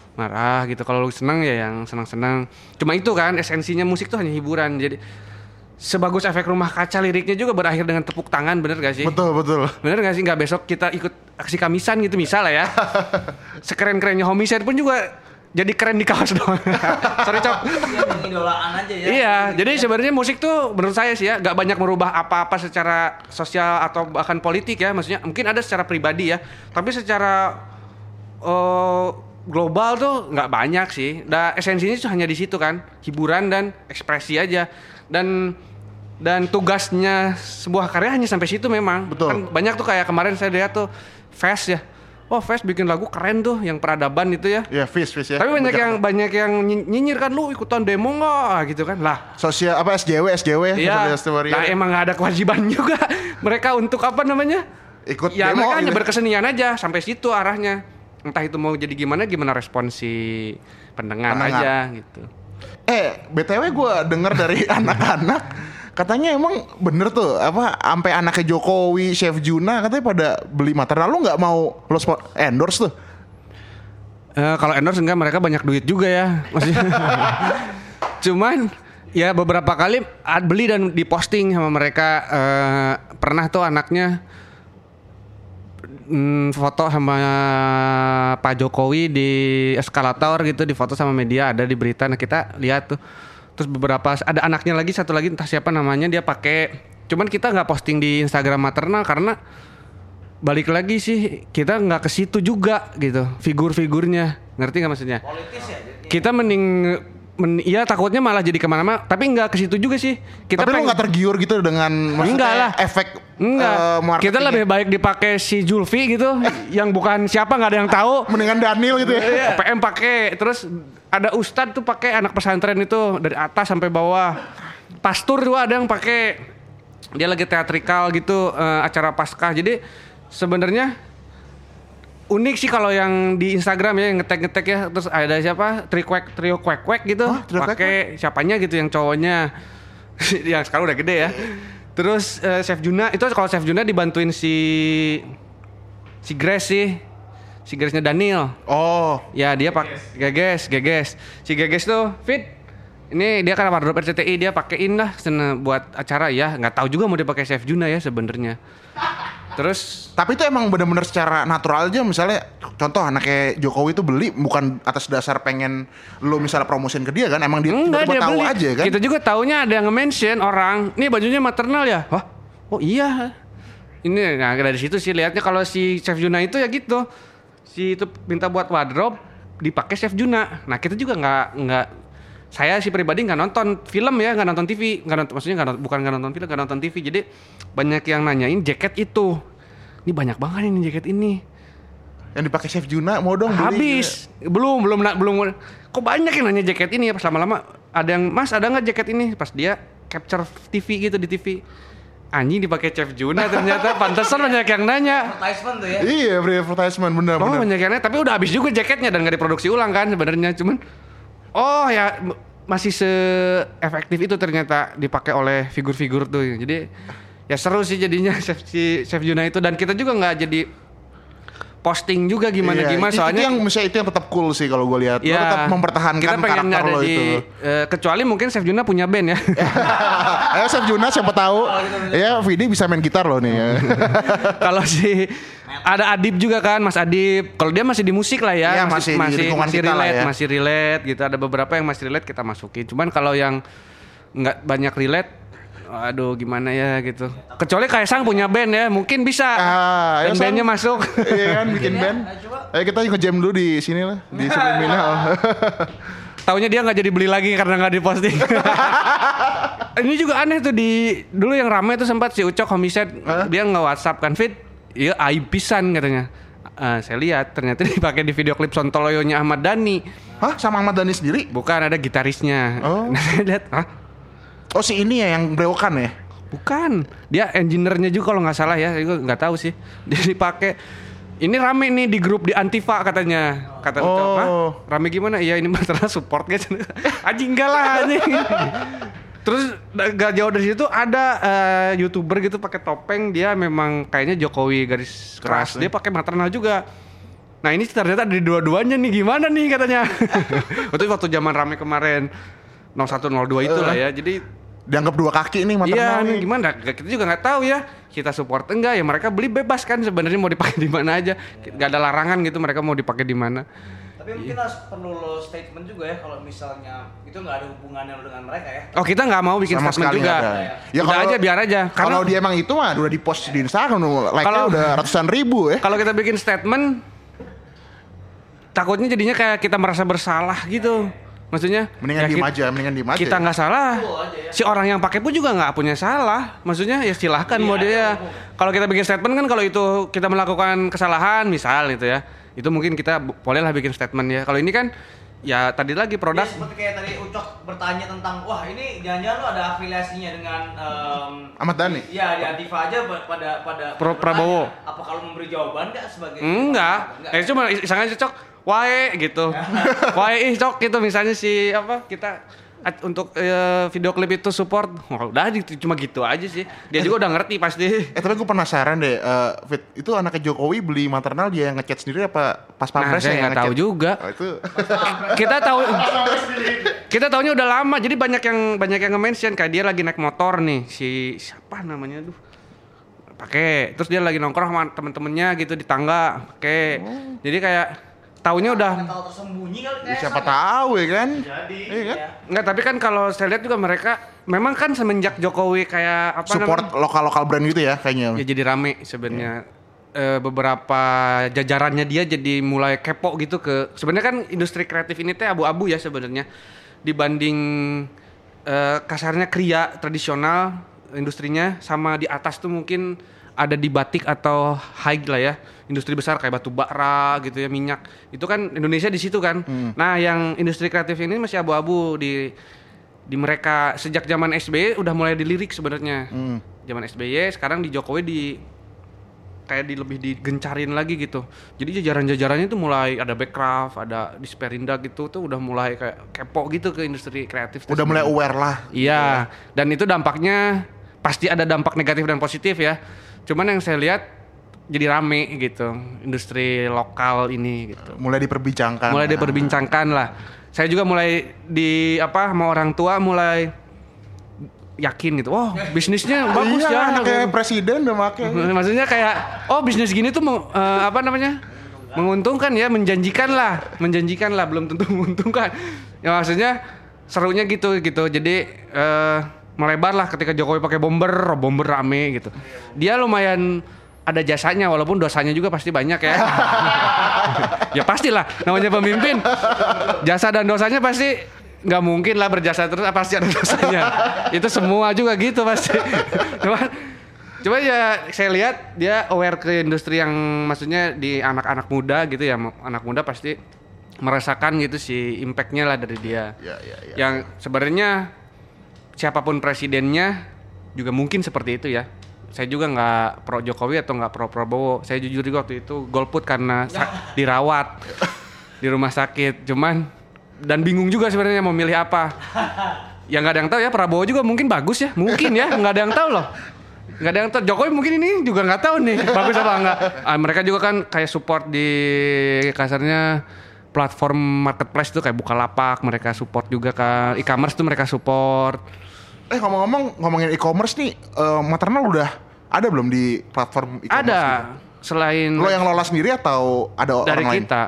marah gitu, kalau lu senang ya yang senang-senang. Cuma itu kan esensinya musik tuh hanya hiburan. Jadi sebagus efek rumah kaca liriknya juga berakhir dengan tepuk tangan, bener gak sih? Betul, betul. Bener gak sih? Gak besok kita ikut aksi kamisan gitu misalnya ya. Sekeren-kerennya Homicide pun juga jadi keren di kaos doang. Sorry Cok. Iya, pengidolaan aja ya. Iya, jadi sebenarnya musik tuh menurut saya sih ya gak banyak merubah apa-apa secara sosial atau bahkan politik ya. Maksudnya mungkin ada secara pribadi ya, tapi secara uh, global tuh nggak banyak sih. Dan esensinya tuh hanya di situ kan, hiburan dan ekspresi aja. Dan dan tugasnya sebuah karya hanya sampai situ memang. Betul. Kan banyak tuh kayak kemarin saya lihat tuh Fest ya. Oh Fest bikin lagu keren tuh yang peradaban itu ya. Ya, Fish, Fish ya. Tapi banyak Bejak. yang banyak yang ny- nyinyir kan, lu ikutan demo nggak gitu kan lah. Sosial apa S J W S J W Iya. Social Justice Nah Warrior. emang nggak ada kewajiban juga mereka untuk apa namanya? Ikut Ya demo mereka hanya gitu. berkesenian aja sampai situ arahnya. Entah itu mau jadi gimana gimana respon si pendengar, Pendengar. aja gitu. Eh, B T W gue denger dari anak-anak katanya emang bener tuh apa sampai anaknya Jokowi, Chef Juna katanya pada beli maternal. Lu nggak mau lo spot, endorse tuh? Eh, kalau endorse enggak, mereka banyak duit juga ya. Maksudnya. Cuman ya beberapa kali ad- beli dan diposting sama mereka. Eh, pernah tuh anaknya mm, foto sama Pak Jokowi di eskalator gitu, difoto sama media, ada di berita. Nah kita lihat tuh. Terus beberapa ada anaknya lagi, satu lagi entah siapa namanya, dia pakai. Cuman kita nggak posting di Instagram maternal karena balik lagi sih kita nggak ke situ juga gitu figur-figurnya, ngerti nggak maksudnya? Politis ya. Kita mending men, ya takutnya malah jadi kemana-mana, tapi nggak ke situ juga sih. Kita Tapi lu pengen- nggak tergiur gitu dengan maksudnya Enggak lah. efek Enggak, eh, marketingnya? kita lebih baik dipakai si Julfi gitu, yang bukan siapa nggak ada yang tahu. Mendingan Daniel gitu ya. O P M pakai, terus ada Ustadz tuh pakai anak pesantren itu dari atas sampai bawah. Pastur juga ada yang pakai, dia lagi teatrikal gitu, eh, acara Paskah. Jadi sebenarnya unik sih kalau yang di Instagram ya, yang ngetek-ngetek ya. Terus ada siapa? Trio Kwek, Trio Kwek Kwek gitu. Hah, Trio Kwek Pakai siapanya gitu yang cowoknya. Yang sekarang udah gede ya. Terus eh, Chef Juna, itu kalau Chef Juna dibantuin si si Grace sih. Si Grace-nya Daniel. Oh, Ya dia pakai Geges, Geges. Si Geges tuh fit. Ini dia kan wardrobe R C T I, dia pakein lah sena buat acara ya. Nggak tahu juga mau dia pakai Chef Juna ya sebenarnya. Terus tapi itu emang bener-bener secara natural aja. Misalnya contoh anaknya Jokowi itu beli bukan atas dasar pengen lu misalnya promosin ke dia kan, emang dia enggak tiba-tiba dia tahu beli. aja kan. Kita juga taunya ada yang nge-mention orang, "Nih bajunya maternal ya?" Hah? Oh iya. Ini nah dari situ sih lihatnya kalau si Chef Juna itu ya gitu. Si itu minta buat wardrobe dipakai Chef Juna. Nah, kita juga nggak nggak saya sih pribadi nggak nonton film ya, nggak nonton T V, nggak nonton maksudnya nggak nonton, bukan nggak nonton film, nggak nonton T V. Jadi banyak yang nanyain jaket itu. Ini banyak banget ini jaket ini. Yang dipakai Chef Juna mau dong beli. Habis. Belum, belum na- belum. Kok banyak yang nanya jaket ini ya, pas lama-lama ada yang, "Mas, ada nggak jaket ini?" Pas dia capture T V gitu di T V. Anjing dipakai Chef Juna ternyata, pantesan banyak yang nanya. Advertisement tuh ya. Iya, free advertisement Oh, bener-bener. banyak yang nanya, tapi udah habis juga jaketnya dan nggak diproduksi ulang kan sebenarnya. Cuman oh ya m- masih se-efektif itu ternyata dipakai oleh figur-figur tuh. Jadi ya seru sih jadinya Chef si Chef Juna itu, dan kita juga nggak jadi posting juga gimana Iya, gimana itu- soalnya itu yang misalnya itu yang tetap cool sih kalau gue lihat. Lo ya, tetap mempertahankan kita pengen karakter ada lo di, itu. eh, kecuali mungkin Chef Juna punya band ya. Ayo Chef Juna siapa tahu. Ya, Vidi bisa main gitar loh nih ya. Kalau si ada Adib juga kan, Mas Adib. Kalau dia masih di musik lah ya, Iya, masih di lingkungan masih kita lah relate, ya. masih relate gitu. Ada beberapa yang masih relate kita masukin. Cuman kalau yang nggak banyak relate, aduh gimana ya gitu. Kecuali Kaisang punya band ya, mungkin bisa. Ah, ayo, dan Sang. bandnya masuk. Iya kan bikin band. Ayo kita nge-jam dulu di sini lah, di Subliminal. Taunya dia nggak jadi beli lagi karena nggak diposting. Ini juga aneh tuh, di dulu yang ramai tuh sempat si Ucok Homicide, dia nge WhatsApp kan fit, iya aib pisan katanya. Eh, saya lihat ternyata dipakai di video klip Sontoloyonya Ahmad Dhani. Hah, sama Ahmad Dhani sendiri? Bukan, ada gitarisnya. Oh. Nah, saya lihat, hah? Oh, si ini ya yang brewokan ya? Bukan. Dia engineer-nya juga kalau nggak salah ya. Saya juga nggak tahu sih. Dia dipakai. Ini rame nih di grup di Antifa katanya. Kata Ucok, Oh. "Hah? Rame gimana?" "Iya, ini masalah support gitu." Anjing enggak lah anjing. Terus gak jauh dari situ ada eh, YouTuber gitu pakai topeng, dia memang kayaknya Jokowi garis keras. Keras, Dia pakai maternal juga. Nah, ini ternyata ada di dua-duanya nih, gimana nih katanya. Waktu waktu zaman rame kemarin nol satu nol dua itu lah ya. Jadi dianggap dua kaki nih Iya, maternal nih nih. gimana? Kita juga nggak tahu ya. Kita support enggak ya mereka beli bebas kan sebenarnya mau dipakai di mana aja. Gak ada larangan gitu mereka mau dipakai di mana. Tapi mungkin harus perlu lo statement juga ya kalau misalnya itu nggak ada hubungannya lo dengan mereka ya. Oh kita nggak mau bikin Sama statement sekali juga. nggak ada. Ya udah aja biar aja. Kalau dia emang itu mah udah di post di Instagram, like-nya Kalau- udah ratusan ribu ya. Kalau kita bikin statement takutnya jadinya kayak kita merasa bersalah gitu. Maksudnya Mendingan ya diem ki- aja, mendingan diem aja. Kita ya. nggak salah. Betul aja ya. Si orang yang pakai pun juga nggak punya salah. Maksudnya ya silahkan mau dia. Kalau kita bikin statement kan kalau itu kita melakukan kesalahan misal gitu ya. Itu mungkin kita bu- bolehlah bikin statement ya. Kalau ini kan ya tadi lagi produk. Dia seperti kayak tadi Ucok bertanya tentang wah ini jangan-jangan lo ada afiliasinya dengan em, Ahmad Dhani? Iya di Antifa aja pa- pada pada Pro- pada Prabowo. bertanya, apa kalau memberi jawaban nggak sebagai Enggak. Eh cuma iseng aja cok. Wae gitu. Wae ih cok gitu misalnya si apa kita at- untuk eh, video klip itu support. Wah, udah gitu, cuma gitu aja sih. Dia juga udah ngerti pasti. Eh tapi gue penasaran deh, eh, Fit, itu anaknya Jokowi beli maternal dia yang ngechat sendiri apa pas Nah, pampres saya yang nggak tahu ngechat? juga. Oh, itu Kita tahu kita tahunya udah lama. Jadi banyak yang banyak yang nge-mention kayak dia lagi naik motor nih si siapa namanya duh. Pakai. Terus dia lagi nongkrong sama temen-temennya gitu di tangga. Pakai. Jadi kayak taunya udah tahu tersembunyi kali ya, kayak siapa tahu ya kan? Jadi Iya kan? ya. Enggak, tapi kan kalau saya lihat juga mereka memang kan semenjak Jokowi kayak apa Support namanya? lokal-lokal brand gitu ya kayaknya. Ya jadi rame sebenarnya. Eh, beberapa jajarannya dia jadi mulai kepo gitu ke sebenarnya kan industri kreatif ini teh abu-abu ya sebenarnya dibanding eh, kasarnya kria tradisional industrinya sama di atas tuh mungkin ada di batik atau high lah ya industri besar kayak batu bara gitu ya minyak itu kan Indonesia di situ kan. Nah yang industri kreatif ini masih abu-abu di di mereka sejak zaman S B Y udah mulai dilirik sebenarnya. Zaman S B Y sekarang di Jokowi di kayak di lebih digencarin lagi gitu. Jadi jajaran-jajarannya tuh mulai ada Backcraft, ada Disperinda gitu tuh udah mulai kayak kepo gitu ke industri kreatif. tuh Udah mulai sebenarnya. aware lah. Iya, dan itu dampaknya pasti ada dampak negatif dan positif ya. Cuman yang saya lihat jadi rame gitu industri lokal ini gitu. Mulai diperbincangkan. Mulai diperbincangkan lah. Saya juga mulai di apa sama orang tua mulai yakin gitu. Oh, bisnisnya bagus Iya, ya. anaknya presiden udah make. Maksudnya kayak oh bisnis gini tuh mau, eh, apa namanya menguntungkan ya, menjanjikan lah, menjanjikan lah, belum tentu menguntungkan. Ya maksudnya serunya gitu gitu. Jadi eh, melebar lah ketika Jokowi pakai bomber, bomber rame gitu. Dia lumayan ada jasanya walaupun dosanya juga pasti banyak ya. Ya pastilah namanya pemimpin. Jasa dan dosanya pasti nggak mungkin lah berjasa terus pasti ada dosanya. Itu semua juga gitu pasti. Cuman Coba ya saya lihat dia aware ke industri yang maksudnya di anak-anak muda gitu ya, anak muda pasti merasakan gitu si impact-nya lah dari dia. Ya, ya, ya. Yang sebenarnya siapapun presidennya juga mungkin seperti itu ya. Saya juga nggak pro Jokowi atau nggak pro Prabowo. Saya jujur juga waktu itu golput karena sa- dirawat di rumah sakit. Cuman dan bingung juga sebenarnya mau milih apa. Ya nggak ada yang tahu ya. Prabowo juga mungkin bagus ya, mungkin ya. Nggak ada yang tahu loh. Nggak ada yang tahu. Jokowi mungkin ini juga nggak tahu nih bagus apa enggak. Ah, mereka juga kan kayak support di kasarnya platform marketplace tuh kayak Bukalapak mereka support juga kan. E-commerce tuh mereka support. Eh ngomong-ngomong ngomongin e-commerce nih, eh, maternal udah ada belum di platform e-commerce? Ada gitu? selain Lo yang lolos sendiri atau ada dari orang lain? kita.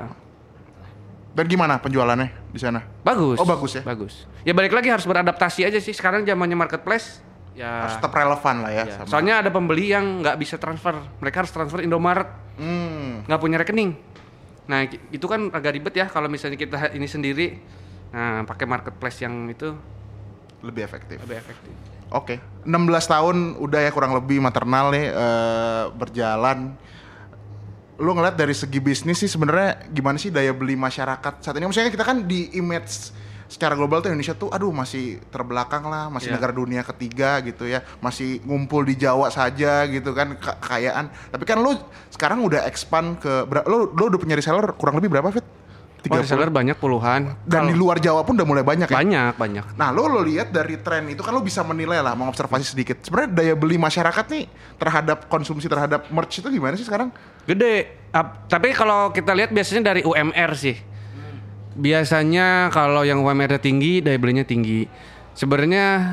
Dan gimana penjualannya di sana? Bagus. Oh, bagus ya? Bagus. Ya balik lagi harus beradaptasi aja sih. Sekarang zamannya marketplace. Ya. Harus tetap relevan lah ya. ya. sama- Soalnya ada pembeli yang nggak bisa transfer. Mereka harus transfer Indomaret. Hmm. Nggak punya rekening. Nah itu kan agak ribet ya kalau misalnya kita ini sendiri. Nah pakai marketplace yang itu Lebih efektif. lebih efektif. Oke, enam belas tahun udah ya kurang lebih maternal nih eh, berjalan. Lu ngeliat dari segi bisnis sih sebenarnya gimana sih daya beli masyarakat saat ini? Maksudnya kita kan di image secara global tuh Indonesia tuh aduh masih terbelakang lah, masih Iya. negara dunia ketiga gitu ya, masih ngumpul di Jawa saja gitu kan ke- kekayaan. Tapi kan lu sekarang udah expand ke ber- lu lu udah punya reseller kurang lebih berapa Fit? Oh, reseller banyak puluhan. Dan di Kalau- luar Jawa pun udah mulai banyak ya? banyak banyak. Nah, lo lo lihat dari tren itu kan lo bisa menilai lah, mengobservasi sedikit. Sebenarnya daya beli masyarakat nih terhadap konsumsi terhadap merch itu gimana sih sekarang? Gede. Ap- tapi kalau kita lihat biasanya dari U M R sih. Biasanya kalau yang U M R-nya tinggi, daya belinya tinggi. Sebenarnya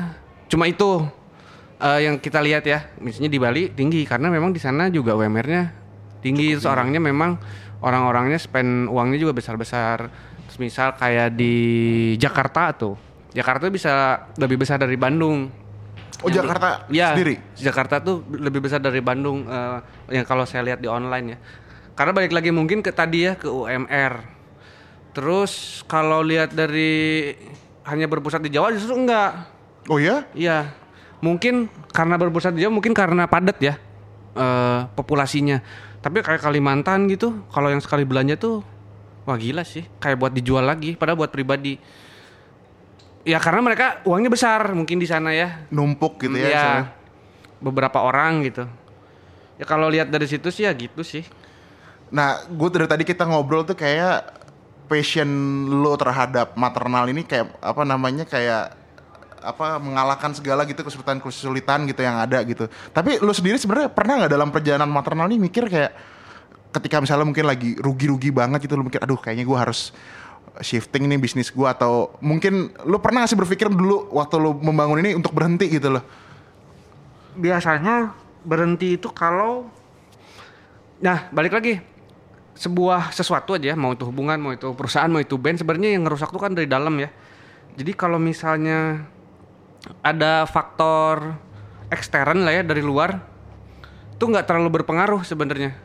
cuma itu uh, yang kita lihat ya. Misalnya di Bali tinggi karena memang di sana juga U M R-nya tinggi, terus orangnya memang orang-orangnya spend uangnya juga besar-besar. Terus misal kayak di Jakarta tuh, Jakarta bisa lebih besar dari Bandung. Oh yang Jakarta di, ya, sendiri? Jakarta tuh lebih besar dari Bandung uh, yang kalau saya lihat di online ya. Karena balik lagi mungkin ke tadi ya ke U M R. Terus kalau lihat dari hanya berpusat di Jawa justru enggak. Oh ya? Iya. Mungkin karena berpusat di Jawa mungkin karena padat ya uh, populasinya. Tapi kayak Kalimantan gitu, kalau yang sekali belanja tuh wah gila sih, kayak buat dijual lagi padahal buat pribadi. Ya karena mereka uangnya besar mungkin di sana ya. Numpuk gitu ya. Ya beberapa orang gitu. Ya kalau lihat dari situ sih ya gitu sih. Nah, gue dari tadi kita ngobrol tuh kayak passion lo terhadap maternal ini kayak apa namanya kayak apa mengalahkan segala gitu kesulitan-kesulitan gitu yang ada gitu. Tapi lo sendiri sebenarnya pernah nggak dalam perjalanan maternal ini mikir kayak ketika misalnya mungkin lagi rugi-rugi banget gitu lo mikir aduh kayaknya gue harus shifting nih bisnis gue, atau mungkin lo pernah nggak sih berpikir dulu waktu lo membangun ini untuk berhenti gitu loh? Biasanya berhenti itu kalau nah balik lagi sebuah sesuatu aja, mau itu hubungan, mau itu perusahaan, mau itu band, sebenarnya yang ngerusak tuh kan dari dalam ya. Jadi kalau misalnya ada faktor ekstern lah ya dari luar, tuh nggak terlalu berpengaruh sebenarnya.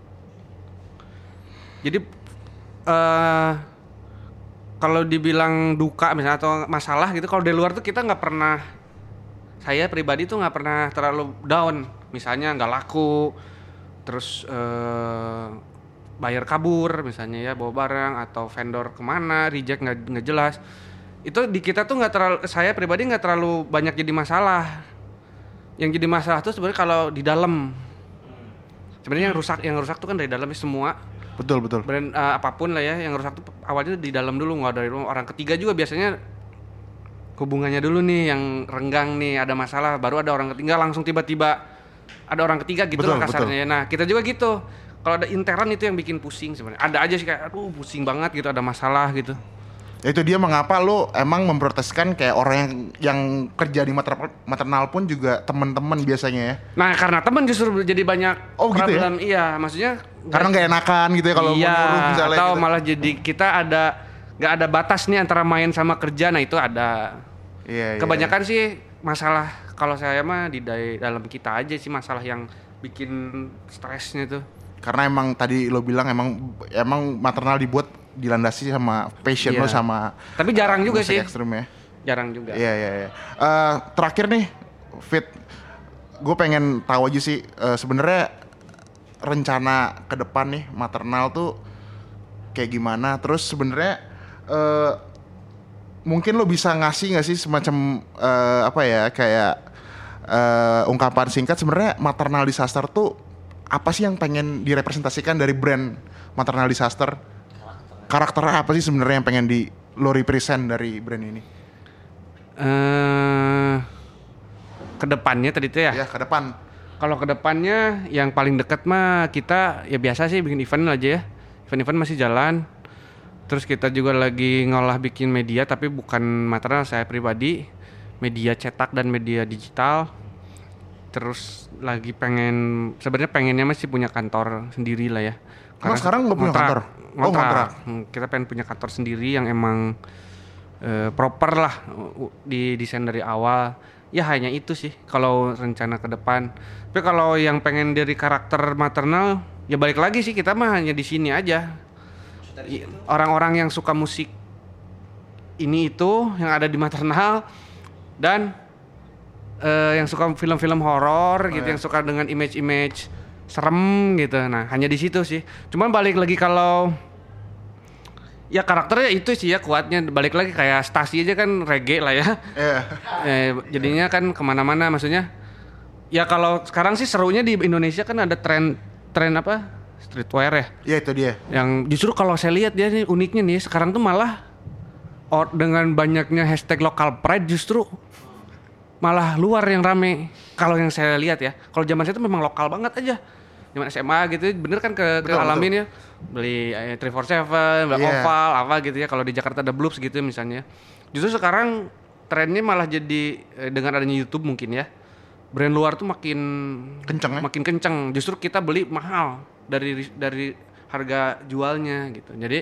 Jadi uh, kalau dibilang duka misalnya atau masalah gitu, kalau dari luar tuh kita nggak pernah, saya pribadi tuh nggak pernah terlalu down. Misalnya nggak laku, terus uh, bayar kabur misalnya ya, bawa barang atau vendor kemana, reject nggak nggak jelas. Itu di kita tuh nggak terlalu, saya pribadi nggak terlalu banyak jadi masalah. Yang jadi masalah tuh sebenarnya kalau di dalam. Sebenarnya yang rusak, yang rusak tuh kan dari dalamnya semua. Betul betul. Brand uh, apapun lah ya, yang rusak tuh awalnya di dalam dulu, nggak dari luar. Orang ketiga juga biasanya hubungannya dulu nih yang renggang nih, ada masalah, baru ada orang ketiga langsung tiba-tiba ada orang ketiga gitu betul, lah kasarnya. Betul. Nah kita juga gitu. Kalau ada intern itu yang bikin pusing sebenarnya. Ada aja sih kayak aduh pusing banget gitu, ada masalah gitu. Ya itu dia mengapa lo emang memproteskan kayak orang yang yang kerja di mater, maternal pun juga teman-teman biasanya ya. Nah karena teman justru jadi banyak oh, problem. Gitu ya? Iya maksudnya karena nggak enakan gitu ya kalau iya, menurut misalnya atau gitu. malah jadi kita ada nggak ada batas nih antara main sama kerja. Nah itu ada. Iya, kebanyakan iya. sih masalah kalau saya mah di dalam kita aja sih masalah yang bikin stresnya tuh. Karena emang tadi lo bilang emang emang maternal dibuat dilandasi sama passion iya. lo sama. Tapi jarang uh, juga sih. Ekstrim ya. Jarang juga. Iya iya. iya. Uh, terakhir nih, Fit, gue pengen tahu aja sih uh, sebenarnya rencana ke depan nih maternal tuh kayak gimana? Terus sebenarnya uh, mungkin lo bisa ngasih nggak sih semacam uh, apa ya kayak uh, ungkapan singkat sebenarnya maternal disaster tuh apa sih yang pengen direpresentasikan dari brand maternal disaster? Karakternya apa sih sebenarnya yang pengen di lo represent dari brand ini? Uh, kedepannya tadi itu ya? Ya ke depan. Kalau kedepannya yang paling dekat mah kita ya biasa sih bikin event aja ya. Event-event masih jalan. Terus kita juga lagi ngolah bikin media tapi bukan maternal, saya pribadi. Media cetak dan media digital. Terus lagi pengen, sebenarnya pengennya masih punya kantor sendiri lah ya. Karena sekarang nggak punya kantor? Ngontrak. Oh ngontrak. Kita pengen punya kantor sendiri yang emang uh, proper lah, di desain dari awal. Ya hanya itu sih kalau rencana ke depan. Tapi kalau yang pengen dari karakter maternal, ya balik lagi sih kita mah hanya di sini aja. Orang-orang yang suka musik ini itu yang ada di maternal dan Uh, yang suka film-film horor gitu, oh, ya. Yang suka dengan image-image serem gitu. Nah, hanya di situ sih. Cuman balik lagi kalau ya karakternya itu sih ya kuatnya. Balik lagi kayak Stasi aja kan reggae lah ya. Yeah. eh, jadinya kan kemana-mana maksudnya. Ya kalau sekarang sih serunya di Indonesia kan ada tren tren apa? Streetwear ya. Iya itu dia. Yang justru kalau saya lihat dia nih uniknya nih sekarang tuh malah or, dengan banyaknya hashtag local pride justru malah luar yang rame. Kalau yang saya lihat ya, kalau zaman saya itu memang lokal banget aja. Zaman S M A gitu, bener kan ke, betul, ke alamin ya. Beli eh, tiga empat tujuh, beli yeah. Oval, apa gitu ya. Kalau di Jakarta ada Bloops gitu misalnya. Justru sekarang trennya malah jadi eh, dengan adanya YouTube mungkin ya. Brand luar tuh makin Kenceng ya? makin kenceng. Justru kita beli mahal dari dari harga jualnya gitu. Jadi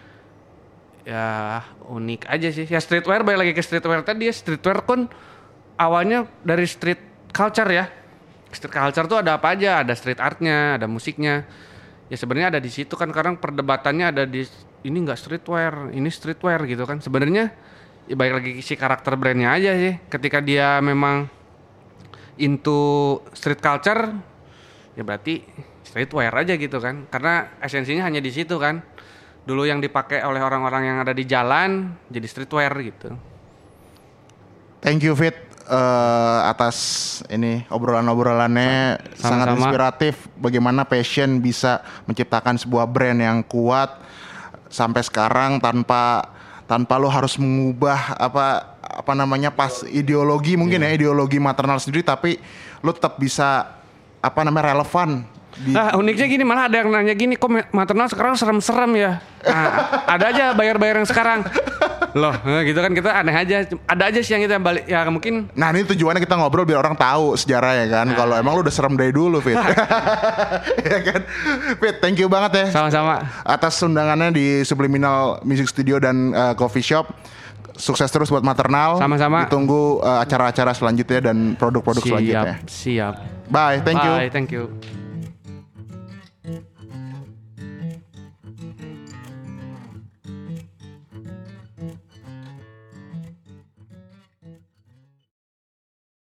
ya unik aja sih. Ya streetwear, balik lagi ke streetwear tadi ya. Streetwear kan awalnya dari street culture ya. Street culture tuh ada apa aja? Ada street artnya, ada musiknya. Ya sebenarnya ada di situ kan. Sekarang perdebatannya ada di ini nggak streetwear, ini streetwear gitu kan. Sebenarnya ya balik lagi si karakter brandnya aja sih. Ketika dia memang into street culture, ya berarti streetwear aja gitu kan. Karena esensinya hanya di situ kan. Dulu yang dipakai oleh orang-orang yang ada di jalan jadi streetwear gitu. Thank you Fit uh, atas ini obrolan-obrolannya. Sama-sama. Sangat inspiratif bagaimana passion bisa menciptakan sebuah brand yang kuat sampai sekarang tanpa tanpa lo harus mengubah apa apa namanya pas ideologi mungkin yeah. ya ideologi maternal sendiri, tapi lo tetap bisa apa namanya relevan. Di... Nah uniknya gini, malah ada yang nanya gini, kok maternal sekarang serem-serem ya? Nah, ada aja bayar-bayar yang sekarang. Loh gitu kan, kita aneh aja. Ada aja sih yang kita balik, ya mungkin. Nah ini tujuannya kita ngobrol biar orang tahu sejarah ya kan. Nah. Kalau emang lu udah serem dari dulu Fit. Ya kan. Fit, thank you banget ya. Sama-sama. Atas undangannya di Subliminal Music Studio dan uh, Coffee Shop. Sukses terus buat maternal. Sama-sama. Ditunggu uh, acara-acara selanjutnya dan produk-produk siap, selanjutnya. Siap. Bye, thank you. Bye, thank you.